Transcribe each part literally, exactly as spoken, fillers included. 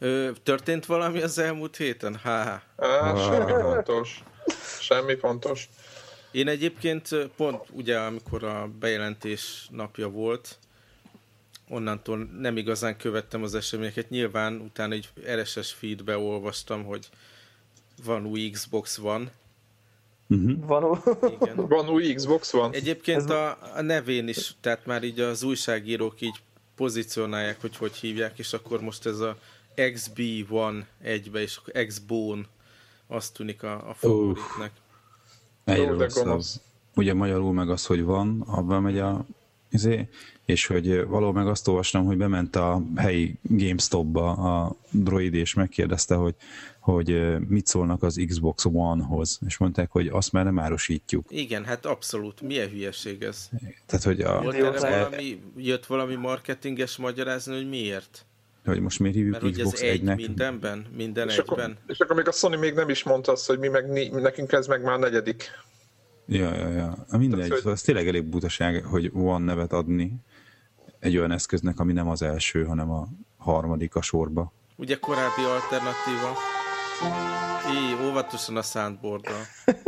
Ö, történt valami az elmúlt héten? Há. Á, semmi fontos. Semmi fontos. Én egyébként pont ugye, amikor a bejelentés napja volt, onnantól nem igazán követtem az eseményeket. Nyilván utána egy er es es feedbe olvastam, hogy van új Xbox One. Uh-huh. Van, ó... Igen. Van új Xbox One. Egyébként a, a nevén is, tehát már így az újságírók így pozícionálják, hogy hogy hívják, és akkor most ez a iksz bé One egybe, és akkor X-Bone azt tűnik a, a favoritnek. Egyről rossz az. Ugye magyarul meg az, hogy van, abban megy a izé, és hogy valahol meg azt olvastam, hogy bement a helyi GameStop-ba a droid, és megkérdezte, hogy, hogy mit szólnak az Xbox One-hoz, és mondták, hogy azt már nem árusítjuk. Igen, hát abszolút. Milyen hülyeség ez? Tehát, hogy a... Volt erre valami, jött valami marketinges magyarázni, hogy miért? Hogy most miért hívjuk Mert Xbox egy egynek? mindenben, minden és egyben. Akkor, és akkor még a Sony még nem is mondta azt, hogy mi meg, nekünk ez meg már negyedik. Ja, ja, ja. Mindegy, tehát, hogy... ez tényleg elég butaság, hogy One nevet adni egy olyan eszköznek, ami nem az első, hanem a harmadik a sorba. Ugye korábbi alternatíva. Így, óvatosan a soundboarddal.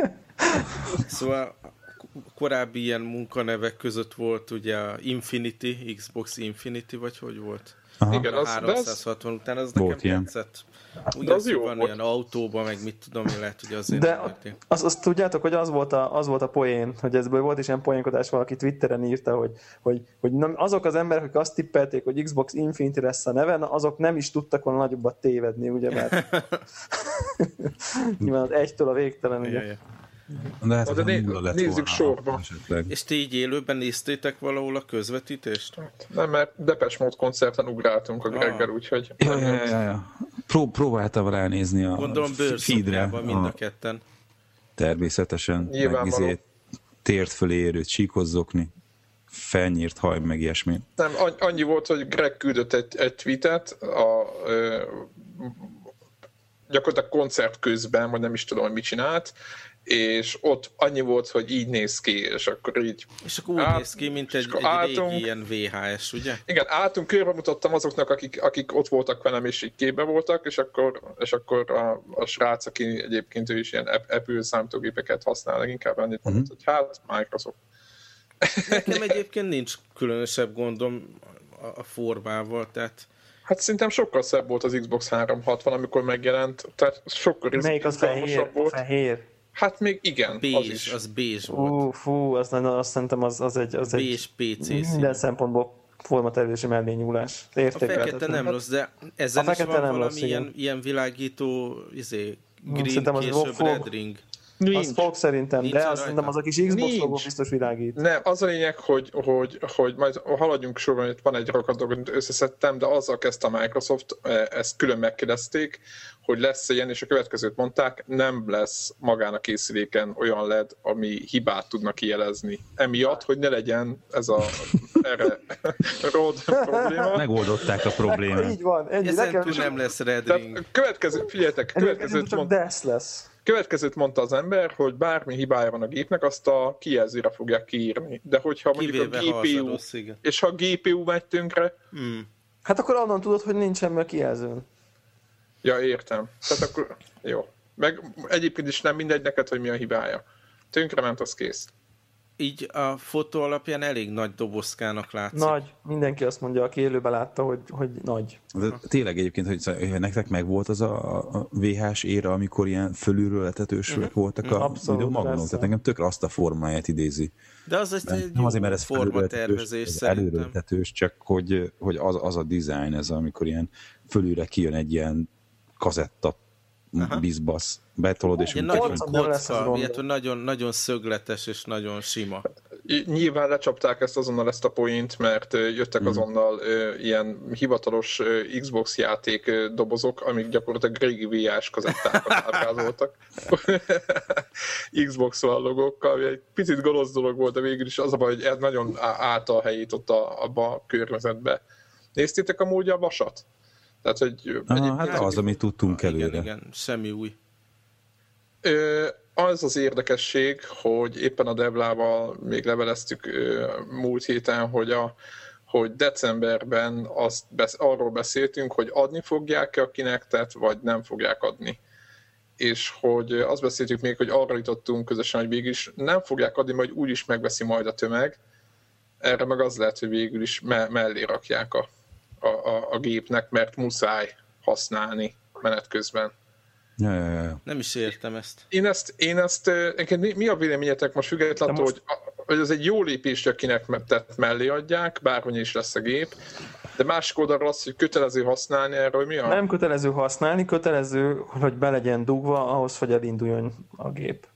Szóval korábbi ilyen munkanevek között volt ugye a Infinity, Xbox Infinity, vagy hogy volt? Aha. Igen, a az, háromszázhatvan az... után az volt nekem ilyen. tetszett. Ugye az jó van volt. Ilyen autóban, meg mit tudom, mi lehet, hogy azért De azt, azt tudjátok, hogy az volt, a, az volt a poén, hogy ezből volt is ilyen poénkodás, valaki Twitteren írta, hogy, hogy, hogy nem, azok az emberek, akik azt tippelték, hogy Xbox Infinity lesz a neve, na, azok nem is tudtak volna nagyobbat tévedni, ugye, mert nyilván az egytől a végtelen, ugye. Ja, ja. De, hát, de né- lett nézzük volna, sorba. esetleg. És ti így élőben néztétek valahol a közvetítést? Nem, mert Depeche Mode koncerten ugráltunk a Greggel, úgyhogy... Ja, ja, ja, ja. Pró- próbáltam ránézni a Gondolom feedre. bőrszoknyában mind a ketten. Természetesen. Nyilvánvaló. Meg izé, tért fölé érő csíkozzokni, felnyírt haj, meg ilyesmi. Nem, annyi volt, hogy Greg küldött egy, egy tweetet a ö, gyakorlatilag koncert közben, vagy nem is tudom, hogy mit csinált, és ott annyi volt, hogy így néz ki, és akkor így... És akkor úgy át, néz ki, mint egy, egy álltunk, régi ilyen vé há es, ugye? Igen, álltunk, körbe mutattam azoknak, akik, akik ott voltak velem, és így képbe voltak, és akkor, és akkor a, a srác, aki egyébként ő is ilyen Apple számítógépeket használ, leginkább annyit mondott, uh-huh. hogy hát Microsoft. Nekem egyébként nincs különösebb gondom a, a formával, tehát... Hát szerintem sokkal szebb volt az Xbox háromszázhatvan, amikor megjelent, tehát sokkal melyik az fehér? volt. fehér? Hát még igen, Bézs, az is. az bézs volt. Uh, fú, azt, azt szerintem az, az egy, az bézs pé cé szín. minden szempontból formatervezési mellényúlás. A fekete nem rossz, de ezen is van valami rossz, ilyen, ilyen világító izé, green, szerintem az később fog- red ring. Az fog szerintem, Nincs de rajta? azt szerintem az a kis Xbox Nincs. logó biztos világít. Nem, az a lényeg, hogy, hogy, hogy majd haladjunk sorban, hogy van egy rakat dolgot, amit összeszedtem, de azzal kezdte a Microsoft, ezt külön megkérdezték, hogy lesz ilyen, és a következőt mondták, nem lesz magán a készüléken olyan led, ami hibát tudna kijelezni. Emiatt, hogy ne legyen ez a erre road probléma. Megoldották a problémát. Így van, ennyi. Ezen Nekem túl is nem lesz red Tehát ring. következő, figyeljetek, következőt, csak mond, Desz lesz. következőt mondta az ember, hogy bármi hibája van a gépnek, azt a kijelzőre fogják kiírni. De hogyha mondjuk Kivéve, a ha az gé pé a u, rossz, igen. és ha a gé pé u megy tönkre, Hmm. Hát akkor onnan tudod, hogy nincs semmi a kijelzőn. ja, értem. Tehát akkor jó. Meg egyébként is nem mindegy neked, hogy mi a hibája. Tönkrement, az kész. Így a fotó alapján elég nagy dobozkának látszik. Nagy. Mindenki azt mondja, aki élőben látta, hogy, hogy nagy. De tényleg egyébként, hogy, hogy nektek meg volt az a, a vé há es éra, amikor ilyen fölülről letetősek uh-huh. voltak a Abszolút, videomagnók, persze. tehát engem tökre azt a formáját idézi. De az egy, egy Nem azért, mert ez formatervezés szerintem. előretetős, csak hogy, hogy az, az a design, ez amikor ilyen fölülre kijön egy ilyen kazetta bizbasz, betolod, és Ilyen úgy nagyon Arcon nem lesz ez kocka, gond. illetve nagyon, nagyon szögletes és nagyon sima. I- Nyilván lecsapták ezt azonnal ezt a point, mert ö, jöttek Mhm. azonnal ö, ilyen hivatalos ö, Xbox játék ö, dobozok, amik gyakorlatilag régi vé há es kazettákat ábrázoltak. Xbox One logókkal, ami egy picit gonosz dolog volt, de végül is az a baj, hogy ez nagyon á- állta a helyét ott a, abba a környezetbe. Néztétek amúgy a vasat? Tehát, hogy Ah, hát az, amit tudtunk előre. Igen, igen, semmi új. Ö, az az érdekesség, hogy éppen a Devlával még leveleztük ö, múlt héten, hogy, a, hogy decemberben azt besz- arról beszéltünk, hogy adni fogják-e a Kinectet, vagy nem fogják adni. És hogy azt beszéltük még, hogy arra jutottunk közösen, hogy végül is nem fogják adni, majd úgyis megveszi majd a tömeg. Erre meg az lehet, hogy végül is me- mellé rakják a, a, a, a gépnek, mert muszáj használni menet közben. Ja, ja, ja. Nem is értem ezt. Én ezt, én ezt mi a véleményetek most függetlenül, most... hogy, hogy ez egy jó lépés, akinek tett mellé adják, bárhogy is lesz a gép, de másik oldalról az, hogy kötelező használni, erről mi a... Nem kötelező használni, kötelező, hogy be legyen dugva ahhoz, hogy elinduljon a gép.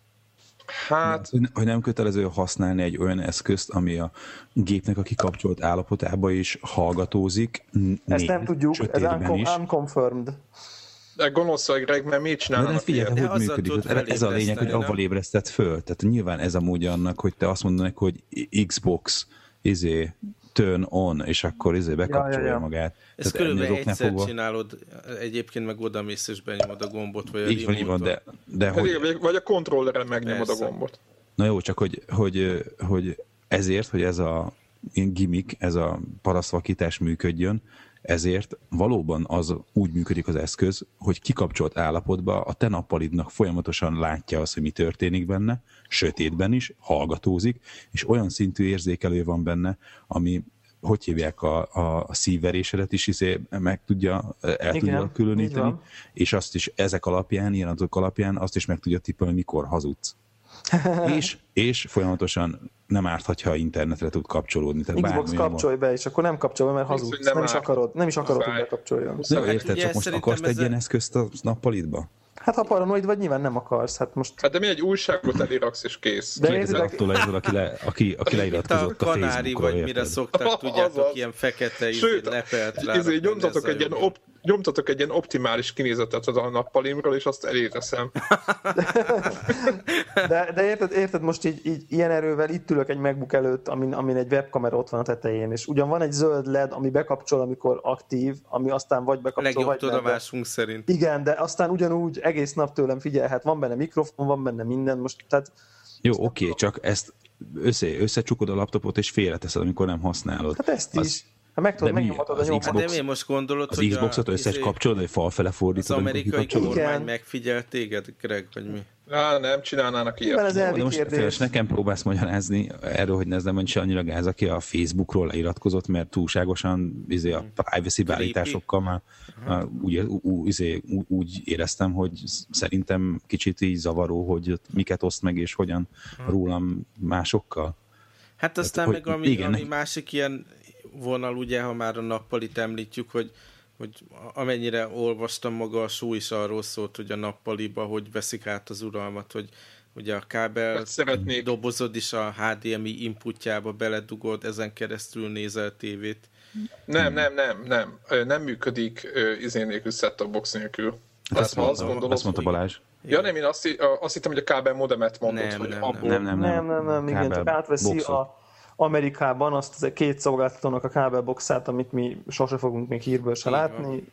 Hát... Hogy nem kötelező használni egy olyan eszközt, ami a gépnek a kikapcsolt állapotába is hallgatózik. Ezt nem tudjuk, ez uncom- unconfirmed. De gonosz vagy, Greg, mert miért csinálnak? De figyelj, hogy működik. Ez a lényeg, hogy avval ébresztett föl. Tehát nyilván ez a módja annak, hogy te azt mondanak, hogy Xbox izé, turn on, és akkor izé bekapcsolja ja, ja, ja. magát. Ezt körülbelül egyszer fogva... csinálod, egyébként meg odamész és benyomod a gombot, vagy a így van, így van, de, de hogy... Vagy a kontrolleren megnyomod Persze. a gombot. Na jó, csak hogy, hogy, hogy ezért, hogy ez a gimmick, ez a parasztvakítás működjön, ezért valóban az úgy működik az eszköz, hogy kikapcsolt állapotban a te nappalidnak folyamatosan látja azt, hogy mi történik benne, sötétben is, hallgatózik, és olyan szintű érzékelő van benne, ami, hogy hívják, a, a szívverésedet is izé meg tudja, el Igen, tudja különíteni, és azt is ezek alapján, ilyen adatok alapján azt is meg tudja tippelni, mikor hazudsz. és, és folyamatosan nem árt, ha internetre tud kapcsolódni. Tehát Xbox kapcsolj be, és akkor nem kapcsol be, mert hazudsz. Nem, nem is akarod, nem is akarod, hogy bekapcsoljon. Hát érted, csak most akarsz egy ilyen eszközt a nappalidba? Hát ha paranoid vagy, nyilván nem akarsz. Hát, most... hát de mi egy újságot eliraksz, és kész. De ez attól ez, aki, le, aki, aki leiratkozott a, a Facebookra, vagy mire szokták, tudjátok, ilyen fekete Sőt, lepelt rá. Sőt, nyomtatok egy ilyen op- nyomtatok egy ilyen optimális kinézetet a nappalimról, és azt eléteszem. de, de érted, érted, most így, így ilyen erővel itt ülök egy MacBook előtt, amin, amin egy webkamera ott van a tetején, és ugyan van egy zöld el é dé, ami bekapcsol, amikor aktív, ami aztán vagy bekapcsol, legjobb vagy tudomásunk szerint. Igen, de aztán ugyanúgy egész nap tőlem figyelhet, van benne mikrofon, van benne minden, most tehát... Jó, oké, okay, csak ezt össze, összecsukod a laptopot, és félreteszed, amikor nem használod. Hát ezt az... is. Hát meg tudod, megnyomhatod a nyomhat. Hát de miért most gondolod, az hogy Xboxot a, összes kapcsolod, hogy fal fele fordítod? Az amerikai kormány megfigyel téged, Greg, vagy mi? Á, nem csinálnának ilyet. Ez elvi de most féles, nekem próbálsz magyarázni erről, hogy ez nem van se annyira gáz, aki a Facebookról leiratkozott, mert túlságosan izé, a privacy beállításokkal már, már úgy, úgy, izé, úgy éreztem, hogy szerintem kicsit így zavaró, hogy miket oszt meg, és hogyan rólam másokkal. Hát aztán hát, meg ami, igen, ami másik ilyen vonal, ugye, ha már a nappalit említjük, hogy, hogy amennyire olvastam, maga a show is arról szólt, hogy a nappaliba, hogy veszik át az uralmat, hogy ugye a kábel dobozod is a há dé em i inputjába beledugod, ezen keresztül nézel tévét. Nem, nem, nem, nem. Nem működik izé nélkül, set-top box nélkül. Azt, mondta, azt, gondolod, azt mondta Balázs. Ja, nem, én azt, azt hittem, hogy a kábel modemet mondod, nem, hogy nem, abból... Nem, nem, nem, nem, nem, nem igen, csak átveszi boxot. a Amerikában azt a két szolgáltatónak a kábelboxát, amit mi sose fogunk még hírből se látni.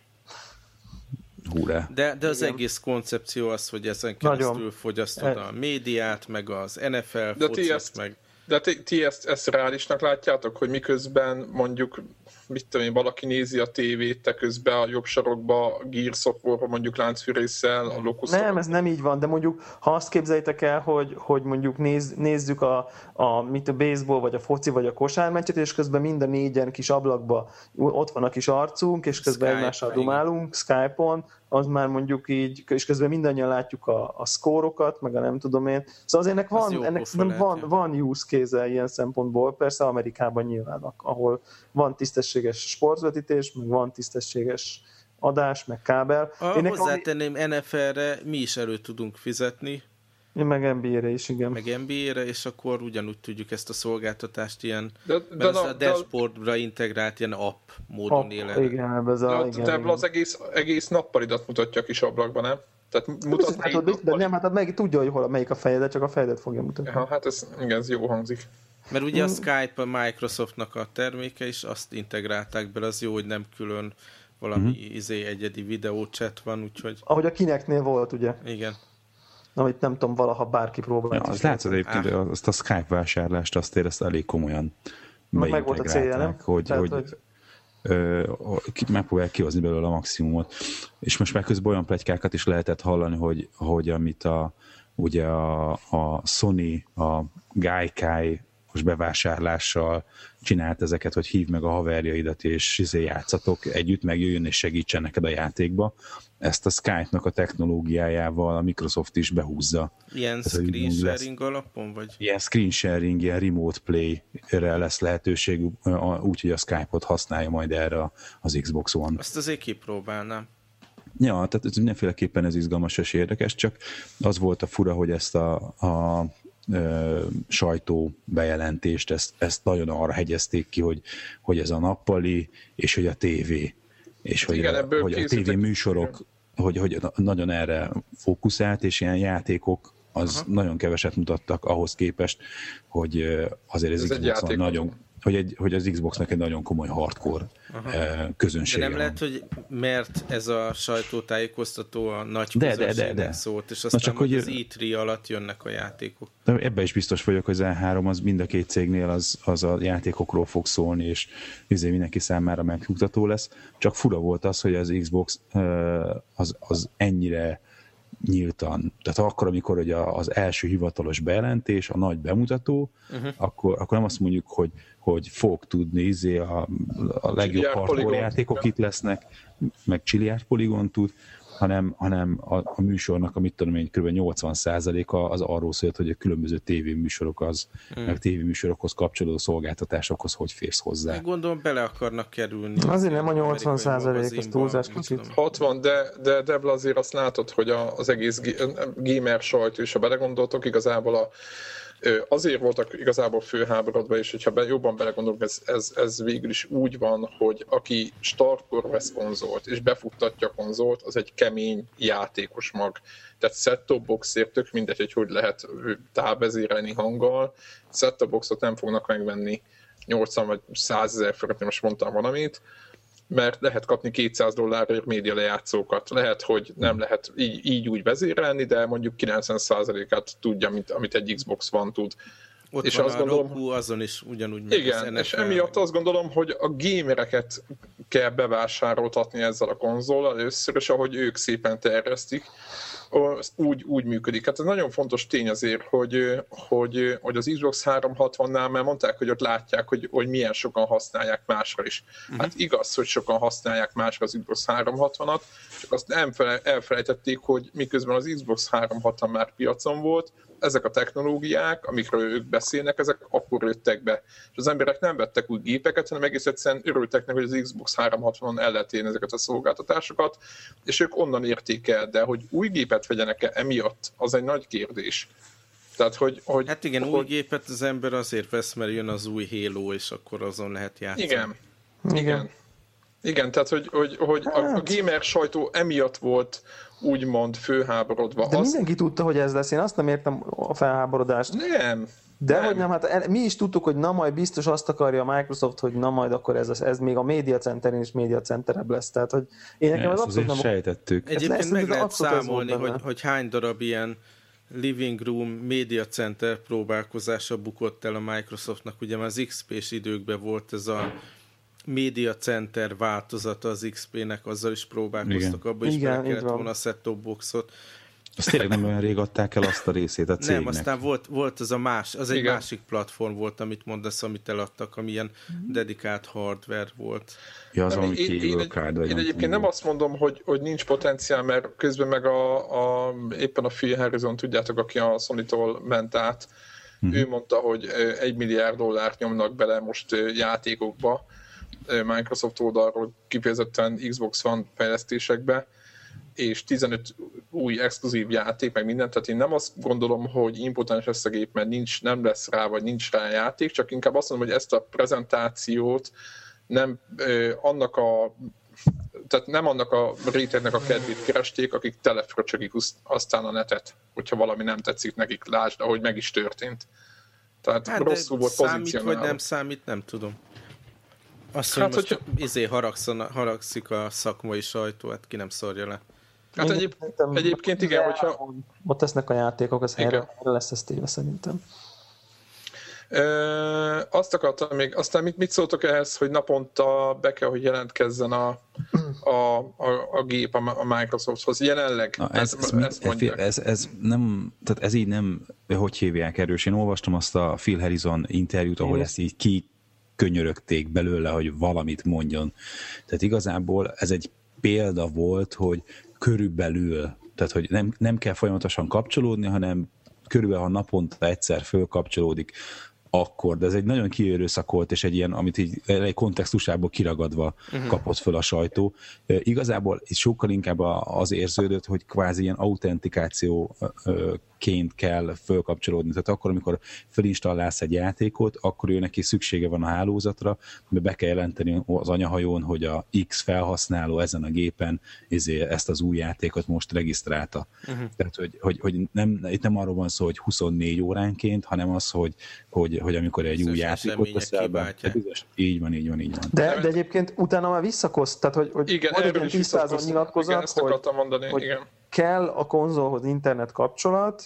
Húrá. De, de az igen. egész koncepció az, hogy ezen keresztül Nagyon. fogyasztod a médiát, meg az en ef el focit, meg... De ti, ti ezt, ezt reálisnak látjátok, hogy miközben mondjuk, mit tudom én, valaki nézi a tévét, te közben a jobb sarokba a Gears of War-ba mondjuk láncfűrésszel, a Locust. Nem, ez nem így van, de mondjuk, ha azt képzeljétek el, hogy, hogy mondjuk néz, nézzük a, a, mit a baseball, vagy a foci, vagy a kosármeccset, és közben mind a négyen kis ablakba ott van a kis arcunk, és közben Skype, egymással dumálunk, Skype-on, az már mondjuk így, és közben mindannyian látjuk a, a szkórokat, meg a nem tudom én. Szóval azért ennek van, ennek van, van use case ilyen szempontból, persze Amerikában nyilván, ahol van tisztességes sportvetítés, meg van tisztességes adás, meg kábel. A, Én hozzátenném, en ef el-re mi is elő tudunk fizetni. Én meg en bé á-re is, igen. Meg en bé á-re, és akkor ugyanúgy tudjuk ezt a szolgáltatást ilyen, de, de mert na, a dashboardra integrált ilyen app módon app, élen. Igen, ez a, de, igen, de igen. az egész, egész nappalidat mutatja a kis ablakban, nem? Tehát mutat hát, hát, de nem, hát meg tudja, hogy hol, melyik a fejedet, csak a fejedet fogja mutatni. Ja, hát ez, igen, ez jó hangzik. Mert ugye a Skype a Microsoftnak a terméke is, azt integrálták bele, az jó, hogy nem külön valami uh-huh. izé egyedi videóchat van, úgyhogy... Ahogy a Kinectnél volt, ugye? Igen. Amit nem tudom, valaha bárki próbált. Ja, az látszod egyébként, ah. azt a Skype vásárlást azt érezte elég komolyan meg volt a célja, nem? Hogy, Tehát, hogy, hogy... Ö, megpróbálják kihozni belőle a maximumot. És most már közben olyan pletykákat is lehetett hallani, hogy, hogy amit a, ugye a, a Sony, a Gaikai most bevásárlással csinált ezeket, hogy hívd meg a haverjaidat, és izé játszatok együtt, meg jöjjön és segítsen neked a játékba. Ezt a Skype-nak a technológiájával a Microsoft is behúzza. Ilyen ez screen sharing alapon? Vagy? Ilyen screen sharing, ilyen remote play-re lesz lehetőség, úgyhogy a Skype-ot használja majd erre az Xbox One. Azt azért kipróbálnám. Ja, tehát ez mindenféleképpen ez izgalmas és érdekes, csak az volt a fura, hogy ezt a, a ö, sajtó bejelentést, ezt, ezt nagyon arra hegyezték ki, hogy, hogy ez a nappali, és hogy a tévé, és hogy, igen, a, hogy a tévé műsorok, hogy, hogy nagyon erre fókuszált, és ilyen játékok az aha. nagyon keveset mutattak ahhoz képest, hogy azért ez, ez Xbox nagyon... Hogy, egy, hogy az Xboxnak egy nagyon komoly hardcore aha. közönsége. De nem lehet, hogy mert ez a sajtótájékoztató a nagy de, közönségnek de, de, de. szólt, és aztán csak, hogy az í három alatt jönnek a játékok. De ebben is biztos vagyok, hogy az E három az mind a két cégnél az, az a játékokról fog szólni, és azért mindenki számára megnyugtató lesz. Csak fura volt az, hogy az Xbox az, az ennyire nyíltan, tehát akkor, amikor ugye az első hivatalos bejelentés, a nagy bemutató, uh-huh. akkor, akkor nem azt mondjuk, hogy, hogy fog tudni izé a, a legjobb hardcore játékok itt lesznek, meg Chiliard Polygon tud, hanem, hanem a, a műsornak, amit tudom én, kb. nyolcvan százaléka az arról szólt, hogy a különböző tévéműsorok az, hmm. meg tévéműsorokhoz kapcsolódó szolgáltatásokhoz hogy férsz hozzá. Én gondolom, bele akarnak kerülni. Azért nem a nyolcvan százalékos túlzás kicsit. hatvan, de, de Debla azért azt látod, hogy az egész gamer sajtó, és ha belegondoltok, igazából a azért voltak igazából főháborodva, és hogyha be, jobban belegondolunk, ez, ez, ez végül is úgy van, hogy aki startkor vesz konzolt, és befuttatja a konzolt, az egy kemény játékos mag. Tehát set-top boxért tök mindegy, hogy hogy lehet távvezérelni hanggal. Set-top boxot nem fognak megvenni nyolcvan vagy százezer forint, most mondtam valamit, mert lehet kapni kétszáz dollárért média lejátszókat. Lehet, hogy nem lehet így, így úgy vezérelni, de mondjuk kilencven százalékát tudja, mint, amit egy Xbox One tud. Ott és van azt a gondolom, Roku, azon is ugyanúgy meg igen, és emiatt azt gondolom, hogy a gamereket kell bevásároltatni ezzel a konzollal először, és ahogy ők szépen terjesztik, úgy, úgy működik. Hát ez nagyon fontos tény azért, hogy, hogy, hogy az Xbox háromszázhatvannál már mondták, hogy ott látják, hogy, hogy milyen sokan használják másra is. Hát uh-huh. igaz, hogy sokan használják másra az Xbox háromszázhatvanat, csak azt elfele, elfelejtették, hogy miközben az Xbox háromszázhatvan már piacon volt, ezek a technológiák, amikről ők beszélnek, ezek akkor jöttek be. És az emberek nem vettek úgy gépeket, hanem egész egyszerűen örültek neki, hogy az Xbox háromszázhatvanon el lehet érni ezeket a szolgáltatásokat, és ők onnan érték el, de hogy új gépet vegyenek-e emiatt, az egy nagy kérdés. Tehát, hogy, hogy, hát igen, hogy... új gépet az ember azért vesz, mert jön az új Halo, és akkor azon lehet játszani. Igen. Igen. Igen, tehát, hogy, hogy, hogy hát. a, a gamer sajtó emiatt volt úgymond főháborodva. De az... mindenki tudta, hogy ez lesz. Én azt nem értem a felháborodást. Nem. De nem. hogy nem, hát mi is tudtuk, hogy na majd biztos azt akarja a Microsoft, hogy na majd akkor ez, ez még a Media Centeren is Media Centerebb lesz. Tehát, hogy én nekem az abszolút nem... sejtettük. Egyébként ezt, meg lehet számolni, hogy, hogy hány darab ilyen Living Room Media Center próbálkozása bukott el a Microsoftnak. Ugye már az iksz pés időkben volt ez a Media Center változata az iksz pének, azzal is próbálkoztak, abban is bele kellett volna a set-top boxot. Azt tényleg nem olyan rég adták el azt a részét a cégnek. Nem, aztán volt, volt az a más, az igen. egy másik platform volt, amit mondasz, amit eladtak, amilyen dedikált hardware volt. Ja, az, ami én, én, egy, én egyébként nem azt mondom, hogy, hogy nincs potenciál, mert közben meg a, a, éppen a Phil Harrison, tudjátok, aki a Sony-tól ment át, uh-huh. ő mondta, hogy egy milliárd dollárt nyomnak bele most játékokba, Microsoft oldalról kifejezetten Xbox One fejlesztésekbe, és tizenöt új exkluzív játék, meg mindent, tehát én nem azt gondolom, hogy impotens lesz a gép, mert nincs, nem lesz rá, vagy nincs rá játék, csak inkább azt mondom, hogy ezt a prezentációt nem eh, annak a tehát nem annak a rétegnek a kedvét keresték, akik telefröcsögik aztán a netet, hogyha valami nem tetszik nekik, lásd, ahogy meg is történt. Tehát hát rosszul volt pozícionálva. Számít, vagy nem számít, nem tudom. Azt, hogy hát, most hogyha... izé haragszik a szakmai sajtó, hát ki nem szorja le. Hát egyéb, egyébként igen, hogyha... Ott tesznek a játékok, az erre lesz ez téve szerintem. Ö, azt akartam még, aztán mit, mit szóltok ehhez, hogy naponta be kell, hogy jelentkezzen a, a, a, a gép a Microsofthoz. Jelenleg Na, ez, ez, ezt mondják. Ez, ez, nem, tehát ez így nem, hogy hívják erős. Én olvastam azt a Phil Harrison interjút, ahol ezt így kikönyörögték belőle, hogy valamit mondjon. Tehát igazából ez egy példa volt, hogy körülbelül, tehát hogy nem, nem kell folyamatosan kapcsolódni, hanem körülbelül, ha naponta egyszer fölkapcsolódik, akkor, de ez egy nagyon kiérőszakolt, és egy ilyen, amit így egy kontextusából kiragadva uh-huh. kapott föl a sajtó. E, igazából itt sokkal inkább az érződött, hogy kvázi ilyen autentikációként kell fölkapcsolódni. Tehát akkor, amikor felinstallálsz egy játékot, akkor ő neki szüksége van a hálózatra, mert be kell jelenteni az anyahajón, hogy a X felhasználó ezen a gépen ezt az új játékot most regisztrálta. Uh-huh. Tehát, hogy, hogy, hogy nem, itt nem arról van szó, hogy huszonnégy óránként, hanem az, hogy, hogy hogy amikor egy új játékot teszel be. Így van, így van, így van. De, de egyébként utána már visszakosz, tehát hogy, hogy igen, volt egy ilyen tisztázó nyilatkozat, hogy, mondani, hogy igen. kell a konzolhoz internet kapcsolat,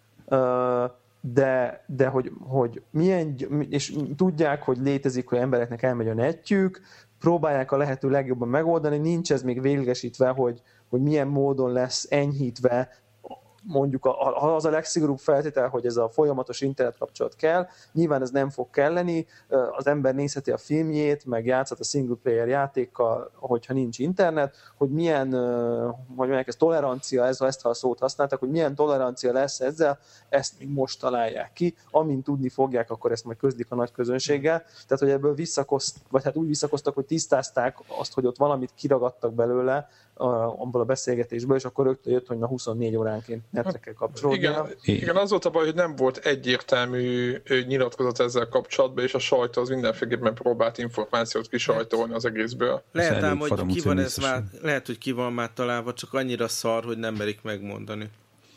de, de hogy, hogy milyen, és tudják, hogy létezik, hogy embereknek elmegy a netjük, próbálják a lehető legjobban megoldani, nincs ez még véglegesítve, hogy, hogy milyen módon lesz enyhítve, mondjuk a, az a legszigorúbb feltétel, hogy ez a folyamatos internetkapcsolat kell, nyilván ez nem fog kelleni, az ember nézheti a filmjét, meg játszhat a single player játékkal, hogyha nincs internet, hogy milyen, hogy mondják, ez tolerancia, ez, ezt ha a szót használtak, hogy milyen tolerancia lesz ezzel, ezt még most találják ki, amint tudni fogják, akkor ezt majd közlik a nagy közönséggel, tehát hogy ebből visszakozt, vagy hát úgy visszakoztak, hogy tisztázták azt, hogy ott valamit kiragadtak belőle, abból a beszélgetésből, és akkor rögtön jött, hogy na huszonnégy óránként netre kell kapcsolódni. Igen, igen, az volt a baj, hogy nem volt egyértelmű nyilatkozat ezzel kapcsolatban, és a sajtó az mindenféleképpen próbált információt kisajtolni az egészből. Lehet ám, hogy ki van ez már, lehet, hogy ki van már találva, csak annyira szar, hogy nem merik megmondani.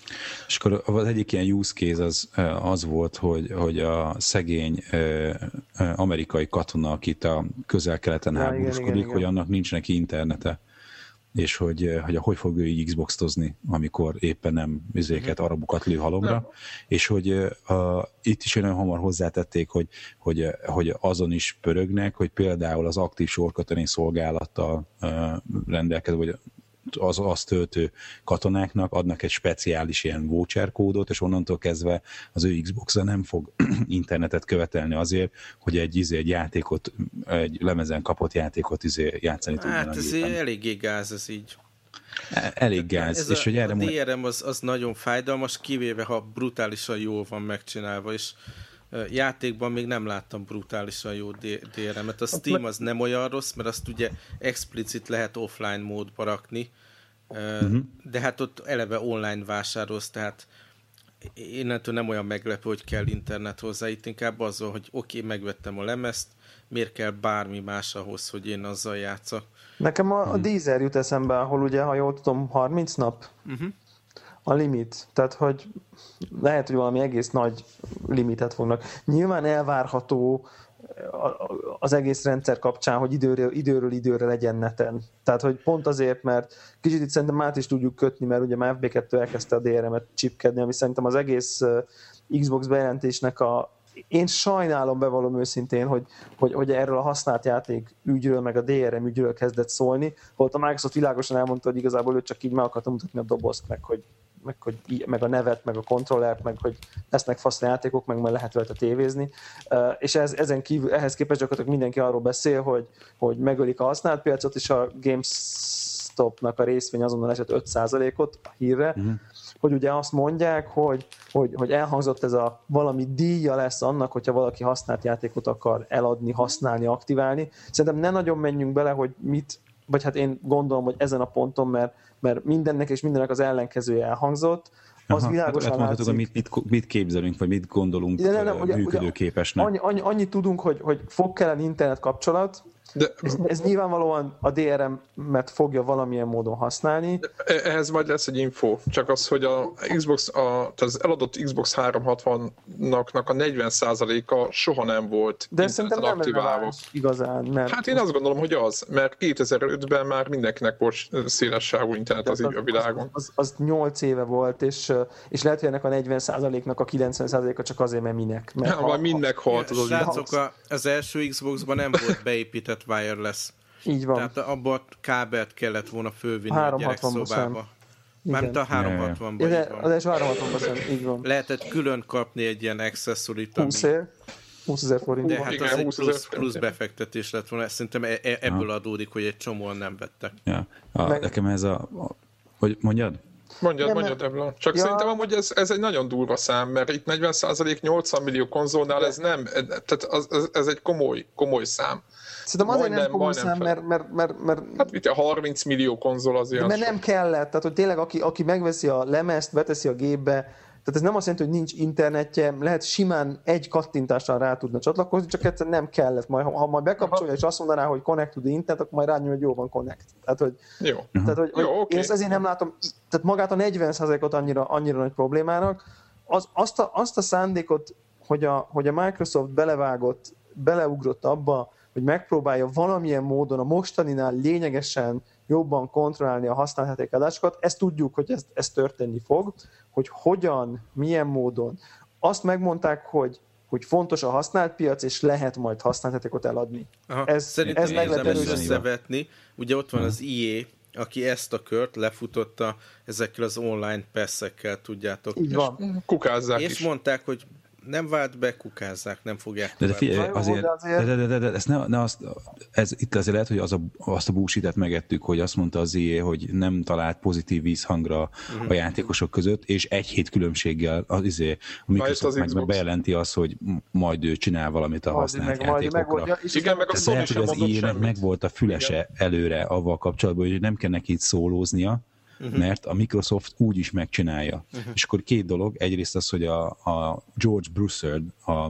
És akkor az egyik ilyen use case az, az volt, hogy, hogy a szegény amerikai katona, akit a közel-keleten háborúskodik, hogy annak nincs neki internete. És hogy, hogy hogy fog ő így Xbox-tozni, amikor éppen nem üzéket, arabokat lő halomra, no. És hogy uh, itt is olyan hamar hozzátették, hogy, hogy, hogy azon is pörögnek, hogy például az aktív sorkatonai szolgálattal uh, rendelkező, vagy az azt töltő katonáknak adnak egy speciális ilyen voucher kódot, és onnantól kezdve az ő Xbox-a nem fog internetet követelni azért, hogy egy, izé, egy játékot, egy lemezen kapott játékot izé, játszani tudjon. Hát ez eléggé gáz ez így. Elég gáz. Ez és a, hogy erre a dé er em az, az nagyon fájdalmas, kivéve ha brutálisan jól van megcsinálva, és játékban még nem láttam brutálisan jó dé er emet. A Steam az nem olyan rossz, mert azt ugye explicit lehet offline módba rakni, uh-huh. de hát ott eleve online vásárolsz, tehát innentől nem olyan meglepő, hogy kell internet hozzá. Itt inkább azzal, hogy oké, okay, megvettem a lemezt, miért kell bármi más ahhoz, hogy én azzal játszak. Nekem a, a Deezer jut eszembe, ahol ugye, ha jól tudom, harminc nap uh-huh. a limit. Tehát, hogy lehet, hogy valami egész nagy limitet fognak. Nyilván elvárható az egész rendszer kapcsán, hogy időről, időről időre legyen neten. Tehát, hogy pont azért, mert kicsit itt szerintem át is tudjuk kötni, mert ugye már ef bé kettő elkezdte a dé er emet csipkedni, ami szerintem az egész Xbox bejelentésnek a én sajnálom, bevallom őszintén, hogy, hogy, hogy erről a használt játék ügyről, meg a dé er em ügyről kezdett szólni, volt a Microsoft világosan elmondta, hogy igazából ő csak így meg akarta mutatni a dobozt, meg, hogy, meg, hogy, meg a nevet, meg a kontrollert, meg hogy lesznek fasz játékok, meg majd lehet rajta tévézni. Uh, és ez, ezen kívül, ehhez képest gyakorlatilag mindenki arról beszél, hogy, hogy megölik a használt piacot, és a GameStop-nak a részvény azonnal esett öt százalékot a hírre, uh-huh. hogy ugye azt mondják, hogy, hogy, hogy elhangzott ez a valami díja lesz annak, hogyha valaki használt játékot akar eladni, használni, aktiválni. Szerintem ne nagyon menjünk bele, hogy mit, vagy hát én gondolom, hogy ezen a ponton, mert, mert mindennek és mindennek az ellenkezője elhangzott, az Aha, világosan hát látszik. Mit, mit, mit képzelünk, vagy mit gondolunk de nem, nem, ugye, működőképesnek. Annyi, annyi, annyit tudunk, hogy, hogy fog kelleni internet kapcsolat, De, ez, ez nyilvánvalóan a dé er em-et fogja valamilyen módon használni. Ehhez majd lesz egy info, csak az, hogy a Xbox, a, tehát az eladott Xbox háromszázhatvannak a negyven százaléka soha nem volt de szerintem nem aktiválva. Igazán, mert... Hát én azt gondolom, hogy az, mert kétezer-ötben már mindenkinek volt széles sávú internet az, az a világon. Az, az, az nyolc éve volt, és, és lehet, hogy ennek a negyven százaléknak a kilencven százaléka csak azért, mert minek. Mert ha, vagy mindnek halt az az Srácok, a, az első Xboxban nem volt beépített wireless. Így van. Tehát abban kábelt kellett volna fölvinni a gyerekszobába. Mármint a háromszázhatvanban. Ja, az első háromszázhatvanban sem, így van. Lehetett külön kapni egy ilyen accessorit. húszezer forint. De hát igen, az egy plusz, plusz befektetés lett volna. Szerintem e- e- ebből ha. adódik, hogy egy csomóan nem vettek. Ja. A, Meg... Nekem ez a... a hogy mondjad? Mondjad, nem, mondjad ebből. Csak ja. Szerintem amúgy ez, ez egy nagyon durva szám, mert itt negyven százalék nyolcvan millió konzolnál ez nem, tehát az, az, ez egy komoly, komoly szám. Szerintem azért nem komoly szám, mert, mert, mert, mert... Hát mit a harminc millió konzol azért. Mert nem kellett, tehát hogy tényleg aki, aki megveszi a lemezt, beteszi a gépbe, tehát ez nem azt jelenti, hogy nincs internetje, lehet simán egy kattintással rá tudna csatlakozni, csak egyszerűen nem kellett. Majd, ha majd bekapcsolja és azt mondaná, hogy connect to the internet, akkor majd rányom, hogy jó van connect. Tehát, hogy, jó. Tehát, hogy, jó, hogy okay. Én ezt ezért nem látom, tehát magát a negyven százalékot annyira, annyira nagy problémának. Az, azt, a, azt a szándékot, hogy a, hogy a Microsoft belevágott, beleugrott abba, hogy megpróbálja valamilyen módon a mostaninál lényegesen jobban kontrollálni a használhatók adásokat, ezt tudjuk, hogy ez, ez történni fog, hogy hogyan, milyen módon. Azt megmondták, hogy, hogy fontos a használt piac, és lehet majd használhatókot eladni. Aha, ez szerintem ez meg lehet összevetni. Ugye ott van az i á, aki ezt a kört lefutotta ezekkel az online passzekkel, tudjátok. Így van. Kukázzák és is. mondták, hogy nem vált be, kukázzák, nem fogják de, de figyelj, azért, de, azért... de, de, de, de, de, ne, ne azt, ez itt azért lehet, hogy az a, azt a bullshit-et megettük, hogy azt mondta az i á, hogy nem talált pozitív vízhangra uh-huh. a játékosok között, és egy hét különbséggel az izé, a Microsoft meg, meg bejelenti azt, hogy majd ő csinál valamit a használt majd, játékokra. Majd, meg, igen, meg a Sony sem mondott semmit. Az i á-nek meg volt a fülese igen. előre avval kapcsolatban, hogy nem kell neki itt szólóznia, Uh-huh. mert a Microsoft úgy is megcsinálja. Uh-huh. És akkor két dolog, egyrészt az, hogy a, a George Broussard, a,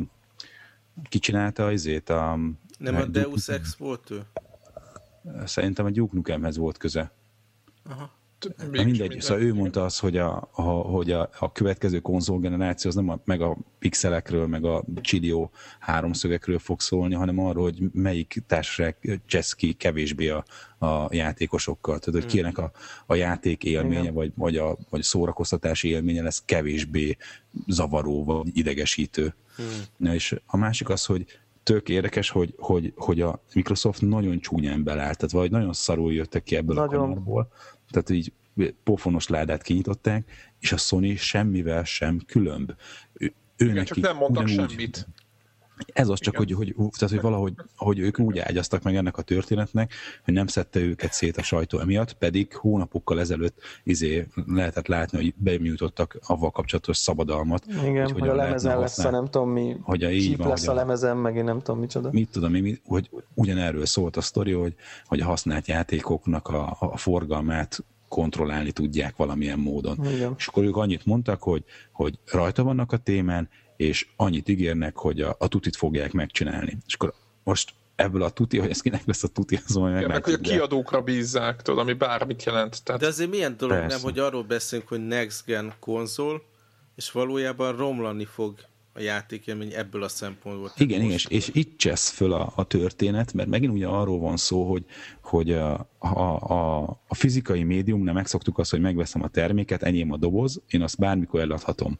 ki csinálta azért a... Nem a Deus Ex volt ő? Szerintem a Duke Nukemhez volt köze. Aha. Na mindegy, szóval ő mondta azt, hogy a, a, hogy a, a következő konzolgeneráció az nem a, meg a pixelekről, meg a csillió háromszögekről fog szólni, hanem arról, hogy melyik társaság csesz ki kevésbé a, a játékosokkal. Tehát, hogy kinek a, a játék élménye, vagy, vagy, a, vagy a szórakoztatási élménye lesz kevésbé zavaró, vagy idegesítő. Hmm. Na, és a másik az, hogy tök érdekes, hogy, hogy, hogy a Microsoft nagyon csúnyán belállt, tehát vagy nagyon szarul jöttek ki ebből nagyon. a kanarból. Tehát így pofonos ládát kinyitották, és a Sony semmivel sem különb. Ő, igen, csak nem mondtak semmit. Ez az csak, hogy, hogy, tehát, hogy valahogy hogy ők úgy ágyaztak meg ennek a történetnek, hogy nem szedte őket szét a sajtó emiatt, pedig hónapokkal ezelőtt izé lehetett látni, hogy benyújtottak avval kapcsolatos szabadalmat. Igen, hogy, hogy a lemezen lesz a nem tudom mi, hogy a, így van, lesz a lemezen, meg én nem tudom micsoda. Mit tudom én, hogy ugyanerről szólt a sztori, hogy, hogy a használt játékoknak a, a forgalmát kontrollálni tudják valamilyen módon. Igen. És akkor ők annyit mondtak, hogy, hogy rajta vannak a témán, és annyit ígérnek, hogy a, a tutit fogják megcsinálni. És akkor most ebből a tuti, hogy ez kinek lesz a tuti, az majd meg meg hogy a kiadókra bízzák, tudod, ami bármit jelent. Tehát... De azért milyen dolog Persze. nem, hogy arról beszélünk, hogy next gen konzol, és valójában romlani fog a játékélmény ebből a szempontból. Igen, igen, és, és itt csesz föl a, a történet, mert megint ugye arról van szó, hogy, hogy a, a, a, a fizikai médiumnál megszoktuk azt, hogy megveszem a terméket, enyém a doboz, én azt bármikor eladhatom.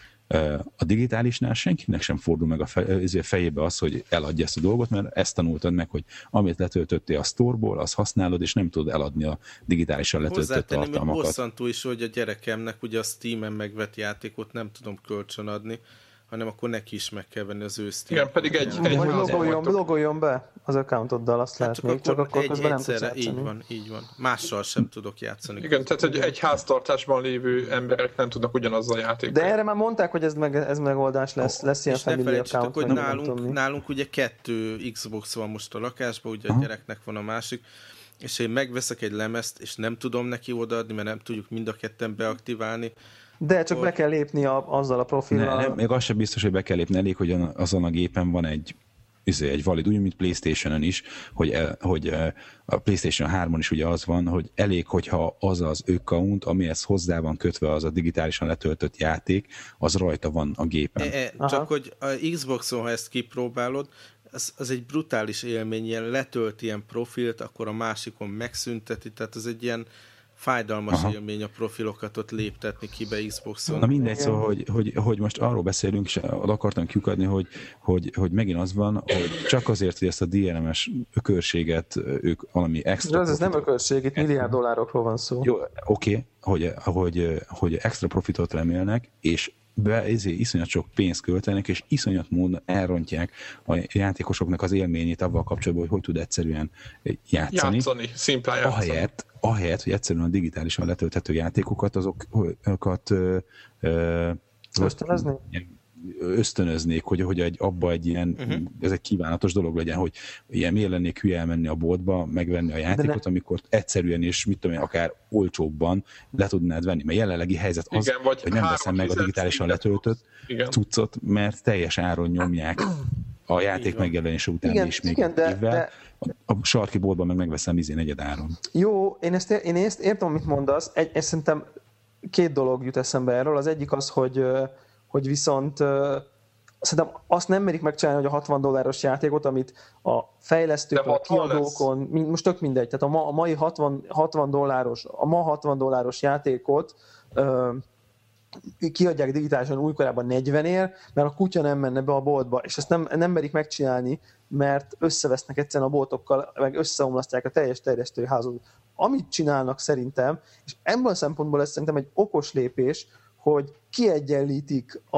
A digitálisnál senkinek sem fordul meg a fejébe az, hogy eladja ezt a dolgot, mert ezt tanultad meg, hogy amit letöltöttél a sztorból, azt használod, és nem tudod eladni a digitálisan letöltött tartalmakat. Hozzátenném, hogy bosszantó is, hogy a gyerekemnek ugye a Steam-en megvett játékot nem tudom kölcsönadni, hanem akkor neki is meg kell venni az ő Steam. Igen, pedig egy, egy hogy logoljon, logoljon be az accountoddal, azt hát lehet csak még, csak akkor egy, közben nem tudsz játszani. Így van, így van. Mással sem tudok játszani. Igen, tehát egy, egy háztartásban lévő emberek nem tudnak ugyanazzal játékot. De erre már mondták, hogy ez, meg, ez megoldás lesz, lesz ilyen family account. Hogy nálunk, nálunk ugye kettő Xbox van most a lakásban, ugye a gyereknek van a másik, és én megveszek egy lemezt, és nem tudom neki odaadni, mert nem tudjuk mind a ketten beaktiválni. De csak be kell lépni a, azzal a profillal. Ne, nem, még az sem biztos, hogy be kell lépni, elég, hogy azon a gépen van egy izé, egy valid, úgy, mint PlayStation-on is, hogy, hogy a PlayStation hármon is ugye az van, hogy elég, hogyha az az account, amihez hozzá van kötve az a digitálisan letöltött játék, az rajta van a gépen. E, e, csak hogy a Xboxon, ha ezt kipróbálod, az, az egy brutális élmény, ilyen letölt ilyen profilt, akkor a másikon megszünteti, tehát ez egy ilyen fájdalmas Aha. élmény a profilokat ott léptetni ki be Xboxon. Na mindegy, szóval, hogy, hogy, hogy most arról beszélünk, és akartam kiukadni, hogy, hogy, hogy megint az van, hogy csak azért, hogy ezt a dé er em-es ökörséget ők valami extra... De ez, ez nem ökörség, itt milliárd dollárokról van szó. Jó, oké, okay, hogy, hogy, hogy extra profitot remélnek, és be, ezért iszonyat sok pénzt költenek, és iszonyat módon elrontják a játékosoknak az élményét avval kapcsolatban, hogy hogy tud egyszerűen játszani. Játszani, szimplán játszani. Ahelyett, ahelyett, hogy egyszerűen a digitálisan letölthető játékokat, azokat ösztönözni? ösztönöznék, hogy, hogy egy, abba egy ilyen, uh-huh. ez egy kívánatos dolog legyen, hogy ilyen miért lennék hülye elmenni a boltba, megvenni a játékot, amikor egyszerűen és mit tudom én, akár olcsóbban le tudnád venni. Mert jelenlegi helyzet az, igen, hogy nem veszem meg a digitálisan letöltött cuccot, mert teljes áron nyomják a játék megjelenése után igen, és még igen, de, évvel. De... A sarki boltban meg megveszem izé negyed áron. Jó, én ezt, én ezt értem, amit mondasz. Egy, ezt szerintem két dolog jut eszembe erről. Az egyik az, hogy hogy viszont uh, szerintem azt nem merik megcsinálni, hogy a hatvan dolláros játékot, amit a fejlesztők, a kiadókon, mind, most tök mindegy, tehát a, ma, a mai hatvan, hatvan dolláros, a ma hatvan dolláros játékot uh, kiadják digitálisan újkorában negyvenért, mert a kutya nem menne be a boltba, és ezt nem, nem merik megcsinálni, mert összevesznek egyszerűen a boltokkal, meg összeomlasztják a teljes terjesztői házat. Amit csinálnak szerintem, és ebből a szempontból ez szerintem egy okos lépés, hogy kiegyenlítik a,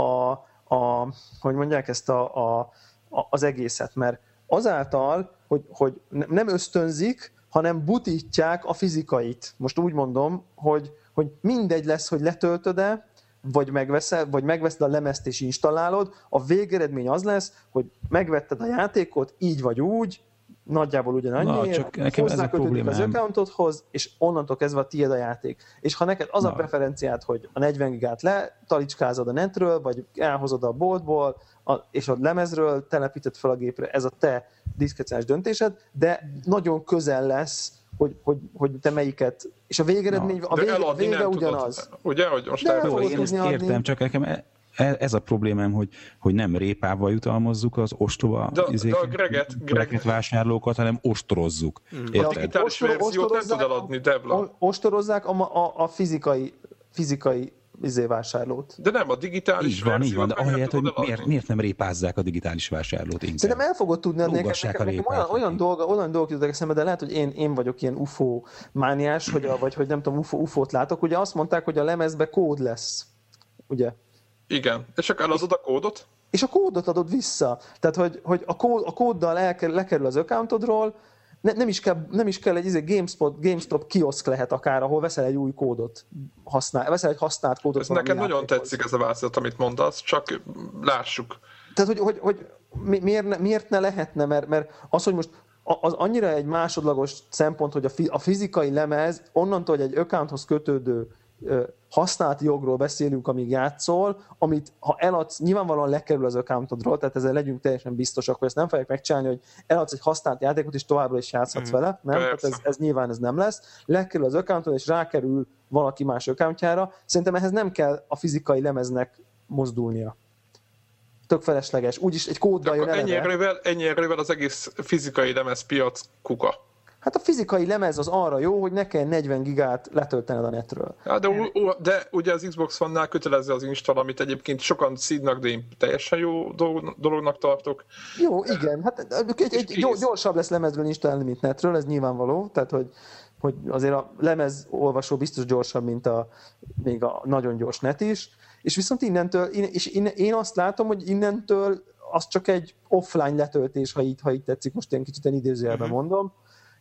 a hogy mondják ezt a, a, a, az egészet, mert azáltal, hogy, hogy nem ösztönzik, hanem butítják a fizikait. Most úgy mondom, hogy, hogy mindegy lesz, hogy letöltöd-e, vagy megveszed, vagy megveszed a lemezt és installálod, a végeredmény az lesz, hogy megvetted a játékot, így vagy úgy, nagyjából ugyanannyiért, hozzákötődik az accountodhoz, és onnantól kezdve a tiéd a játék. És ha neked az Na. a preferenciád, hogy a negyven gigát letalicskázod a netről, vagy elhozod a boltból, a, és a lemezről telepíted fel a gépre, ez a te diszkrecionális döntésed, de nagyon közel lesz, hogy, hogy, hogy te melyiket, és a végeredmény, a vége, a vége ugyanaz. Tudod, ugye, hogy most el én ezt értem, csak nekem ez a problémám, hogy, hogy nem répával jutalmazzuk az ostoba de, izéket, de Greget, Greget vásárlókat, hanem ostorozzuk. Mm. A digitális verziót nem tud eladni, Devla. Ostorozzák a, a, a fizikai, fizikai izé vásárlót. De nem, a digitális így van, így van, de ahelyett, hogy miért, miért nem répázzák a digitális vásárlót inkább? Szerintem el fogod tudni adni, nekem, nekem olyan, olyan, dolga, olyan dolgok jutottak eszembe, de lehet, hogy én, én vagyok ilyen u f o mániás, hogy a, vagy hogy nem tudom, u f o-t látok. Ugye azt mondták, hogy a lemezbe kód lesz. Ugye? Igen, és akkor elazod a kódot? És a kódot adod vissza. Tehát, hogy, hogy a, kód, a kóddal elker, lekerül az accountodról, ne, nem, is kell, nem is kell egy izé, GameSpot, GameStop kioszk lehet akár, ahol veszel egy új kódot, használ, veszel egy használt kódot. Ez nekem nagyon játékhoz. Tetszik ez a változat, amit mondasz, csak lássuk. Tehát, hogy, hogy, hogy miért, ne, miért ne lehetne, mert, mert az, hogy most az annyira egy másodlagos szempont, hogy a fizikai lemez onnantól, hogy egy accounthoz kötődő használt jogról beszélünk, amíg játszol, amit ha eladsz, nyilvánvalóan lekerül az accountodról, tehát ezzel legyünk teljesen biztosak, hogy ezt nem fogják megcsinálni, hogy eladsz egy használt játékot, és továbbra is játszhatsz mm, vele, nem? Tehát ez, ez nyilván ez nem lesz. Lekerül az accountod, és rákerül valaki más accountjára. Szerintem ehhez nem kell a fizikai lemeznek mozdulnia. Tök felesleges. Úgyis egy kóddal jön eleve. Ennyi erővel, ennyi erővel az egész fizikai lemezpiac kuka. Hát a fizikai lemez az arra jó, hogy ne kell negyven gigát letöltened a netről. Ja, de, de ugye az Xbox One-nál kötelező az install, amit egyébként sokan szídnak, de én teljesen jó dolognak tartok. Jó, igen. Hát egy, egy gyorsabb lesz lemezről installálni, mint netről, ez nyilvánvaló. Tehát, hogy, hogy azért a lemez olvasó biztos gyorsabb, mint a, még a nagyon gyors net is. És viszont innentől, és én azt látom, hogy innentől az csak egy offline letöltés, ha így, ha így tetszik, most én kicsit idézőjelben uh-huh. mondom,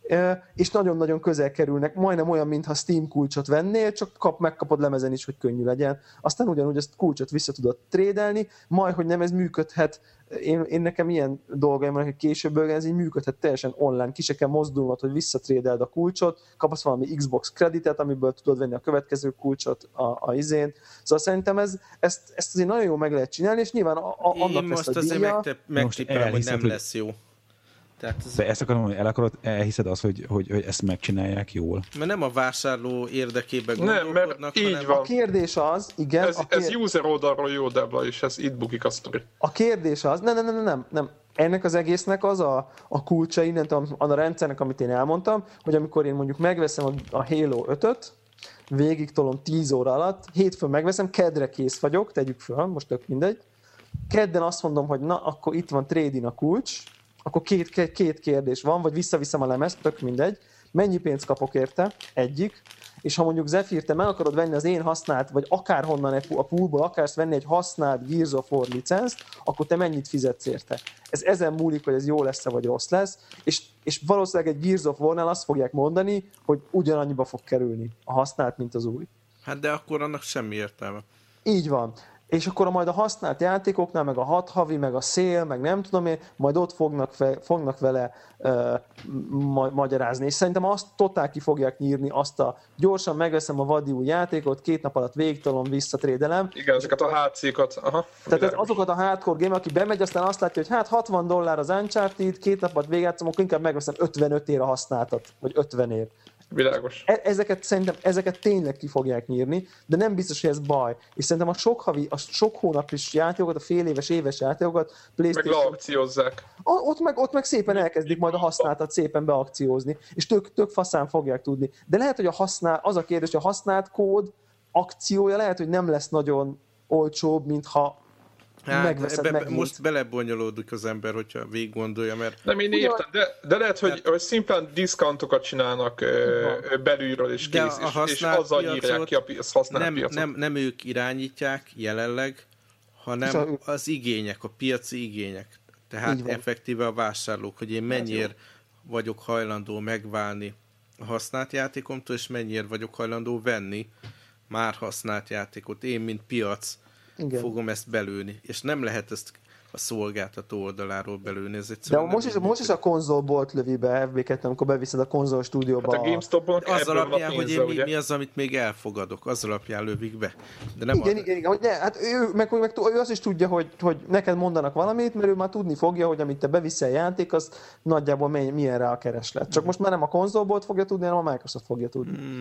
és nagyon-nagyon közel kerülnek, majdnem olyan, mintha Steam kulcsot vennél, csak kap, megkapod lemezen is, hogy könnyű legyen. Aztán ugyanúgy ezt kulcsot vissza tudod trédelni, majd, hogy nem ez működhet, én, én nekem ilyen dolgaim van, hogy később ez így működhet teljesen online, ki se kell mozdulnod, hogy visszatrédeld a kulcsot, kapsz valami Xbox kreditet, amiből tudod venni a következő kulcsot a, a izén. Szóval szerintem ez, ezt, ezt azért nagyon jól meg lehet csinálni, és nyilván a, a, annak én lesz most a díja. azért megtippelem, hogy nem lesz jó. Tehát ez... De ezt akarom, hogy el akarod, elhiszed azt, hogy, hogy, hogy ezt megcsinálják jól? Mert nem a vásárló érdekében gondolkodnak, nem, így hanem... van. A kérdés az, igen... Ez, a kér... ez user oldalról jó, Debla, és ez itt bukik a sztori. A kérdés az, nem, nem, nem, nem, nem. Ennek az egésznek az a, a kulcsa innen, a, a rendszernek, amit én elmondtam, hogy amikor én mondjuk megveszem a, a Halo ötöt, végig tolom tíz óra alatt, hétfőn megveszem, kedre kész vagyok, tegyük föl, most tök mindegy. Kedden azt mondom, hogy na, akkor itt van trade-in a kulcs, akkor két, két, két kérdés van, vagy visszaviszem a lemezt, tök mindegy. Mennyi pénzt kapok érte? Egyik. És ha mondjuk Zephyr, te meg akarod venni az én használt, vagy akárhonnan a poolból akarsz venni egy használt Gears of War licenzt, akkor te mennyit fizetsz érte? Ez ezen múlik, hogy ez jó lesz-e, vagy rossz lesz, és, és valószínűleg egy Gears of War-nál azt fogják mondani, hogy ugyanannyiba fog kerülni a használt, mint az új. Hát de akkor annak semmi értelme. Így van. És akkor majd a használt játékoknál, meg a hat havi, meg a szél, meg nem tudom én, majd ott fognak, fe, fognak vele uh, ma- magyarázni. És szerintem azt totál ki fogják nyírni, azt a gyorsan megveszem a vadi új játékot, két nap alatt végtolom, visszatrédelem. Igen, ezeket a há cé-kat. Aha, tehát ez azokat a hardcore game, aki bemegy, aztán azt látja, hogy hát hatvan dollár az Uncharted, két napot végigjátszom, akkor inkább megveszem ötvenöt ér a használtat, vagy ötven ér. Világos. Ezeket szerintem ezeket tényleg ki fogják nyírni, de nem biztos, hogy ez baj. És szerintem a sok havi, a sok hónapis játékokat, a fél éves, éves játékokat, PlayStation... Meg leakciózzák. Ott meg, ott meg szépen elkezdik majd a használtat szépen beakciózni, és tök, tök faszán fogják tudni. De lehet, hogy a használ, az a kérdés, hogy a használt kód akciója lehet, hogy nem lesz nagyon olcsóbb, mintha Hát, megveszed ebbe, meg. most belebonyolódik az ember, hogyha végig gondolja, mert... Nem, én értem, de, de lehet, hogy, hogy szimplán diszkantokat csinálnak ö, belülről, és de kész, és, és azzal írják ki a használt nem, piacot. nem, nem ők irányítják jelenleg, hanem a... az igények, a piaci igények. Tehát effektíve a vásárlók, hogy én mennyire vagyok hajlandó megválni a használt játékomtól, és mennyire vagyok hajlandó venni már használt játékot. Én, mint piac, igen, fogom ezt belőni. És nem lehet ezt a szolgáltató oldaláról belőni. Ez de most is, most is a konzolbolt lövi be ef bé kettő, amikor beviszed a konzol stúdióba. Hát a GameStop-on az alapján, hogy én mi, mi az, amit még elfogadok, az alapján lövik be. De nem igen, a... igen, igen, hogy ne, hát ő, meg, meg, ő azt is tudja, hogy, hogy neked mondanak valamit, mert ő már tudni fogja, hogy amit te beviszel játék, az nagyjából mely, milyen rá a kereslet. Csak mm. most már nem a konzolbolt fogja tudni, hanem a Microsoft fogja tudni. Mm.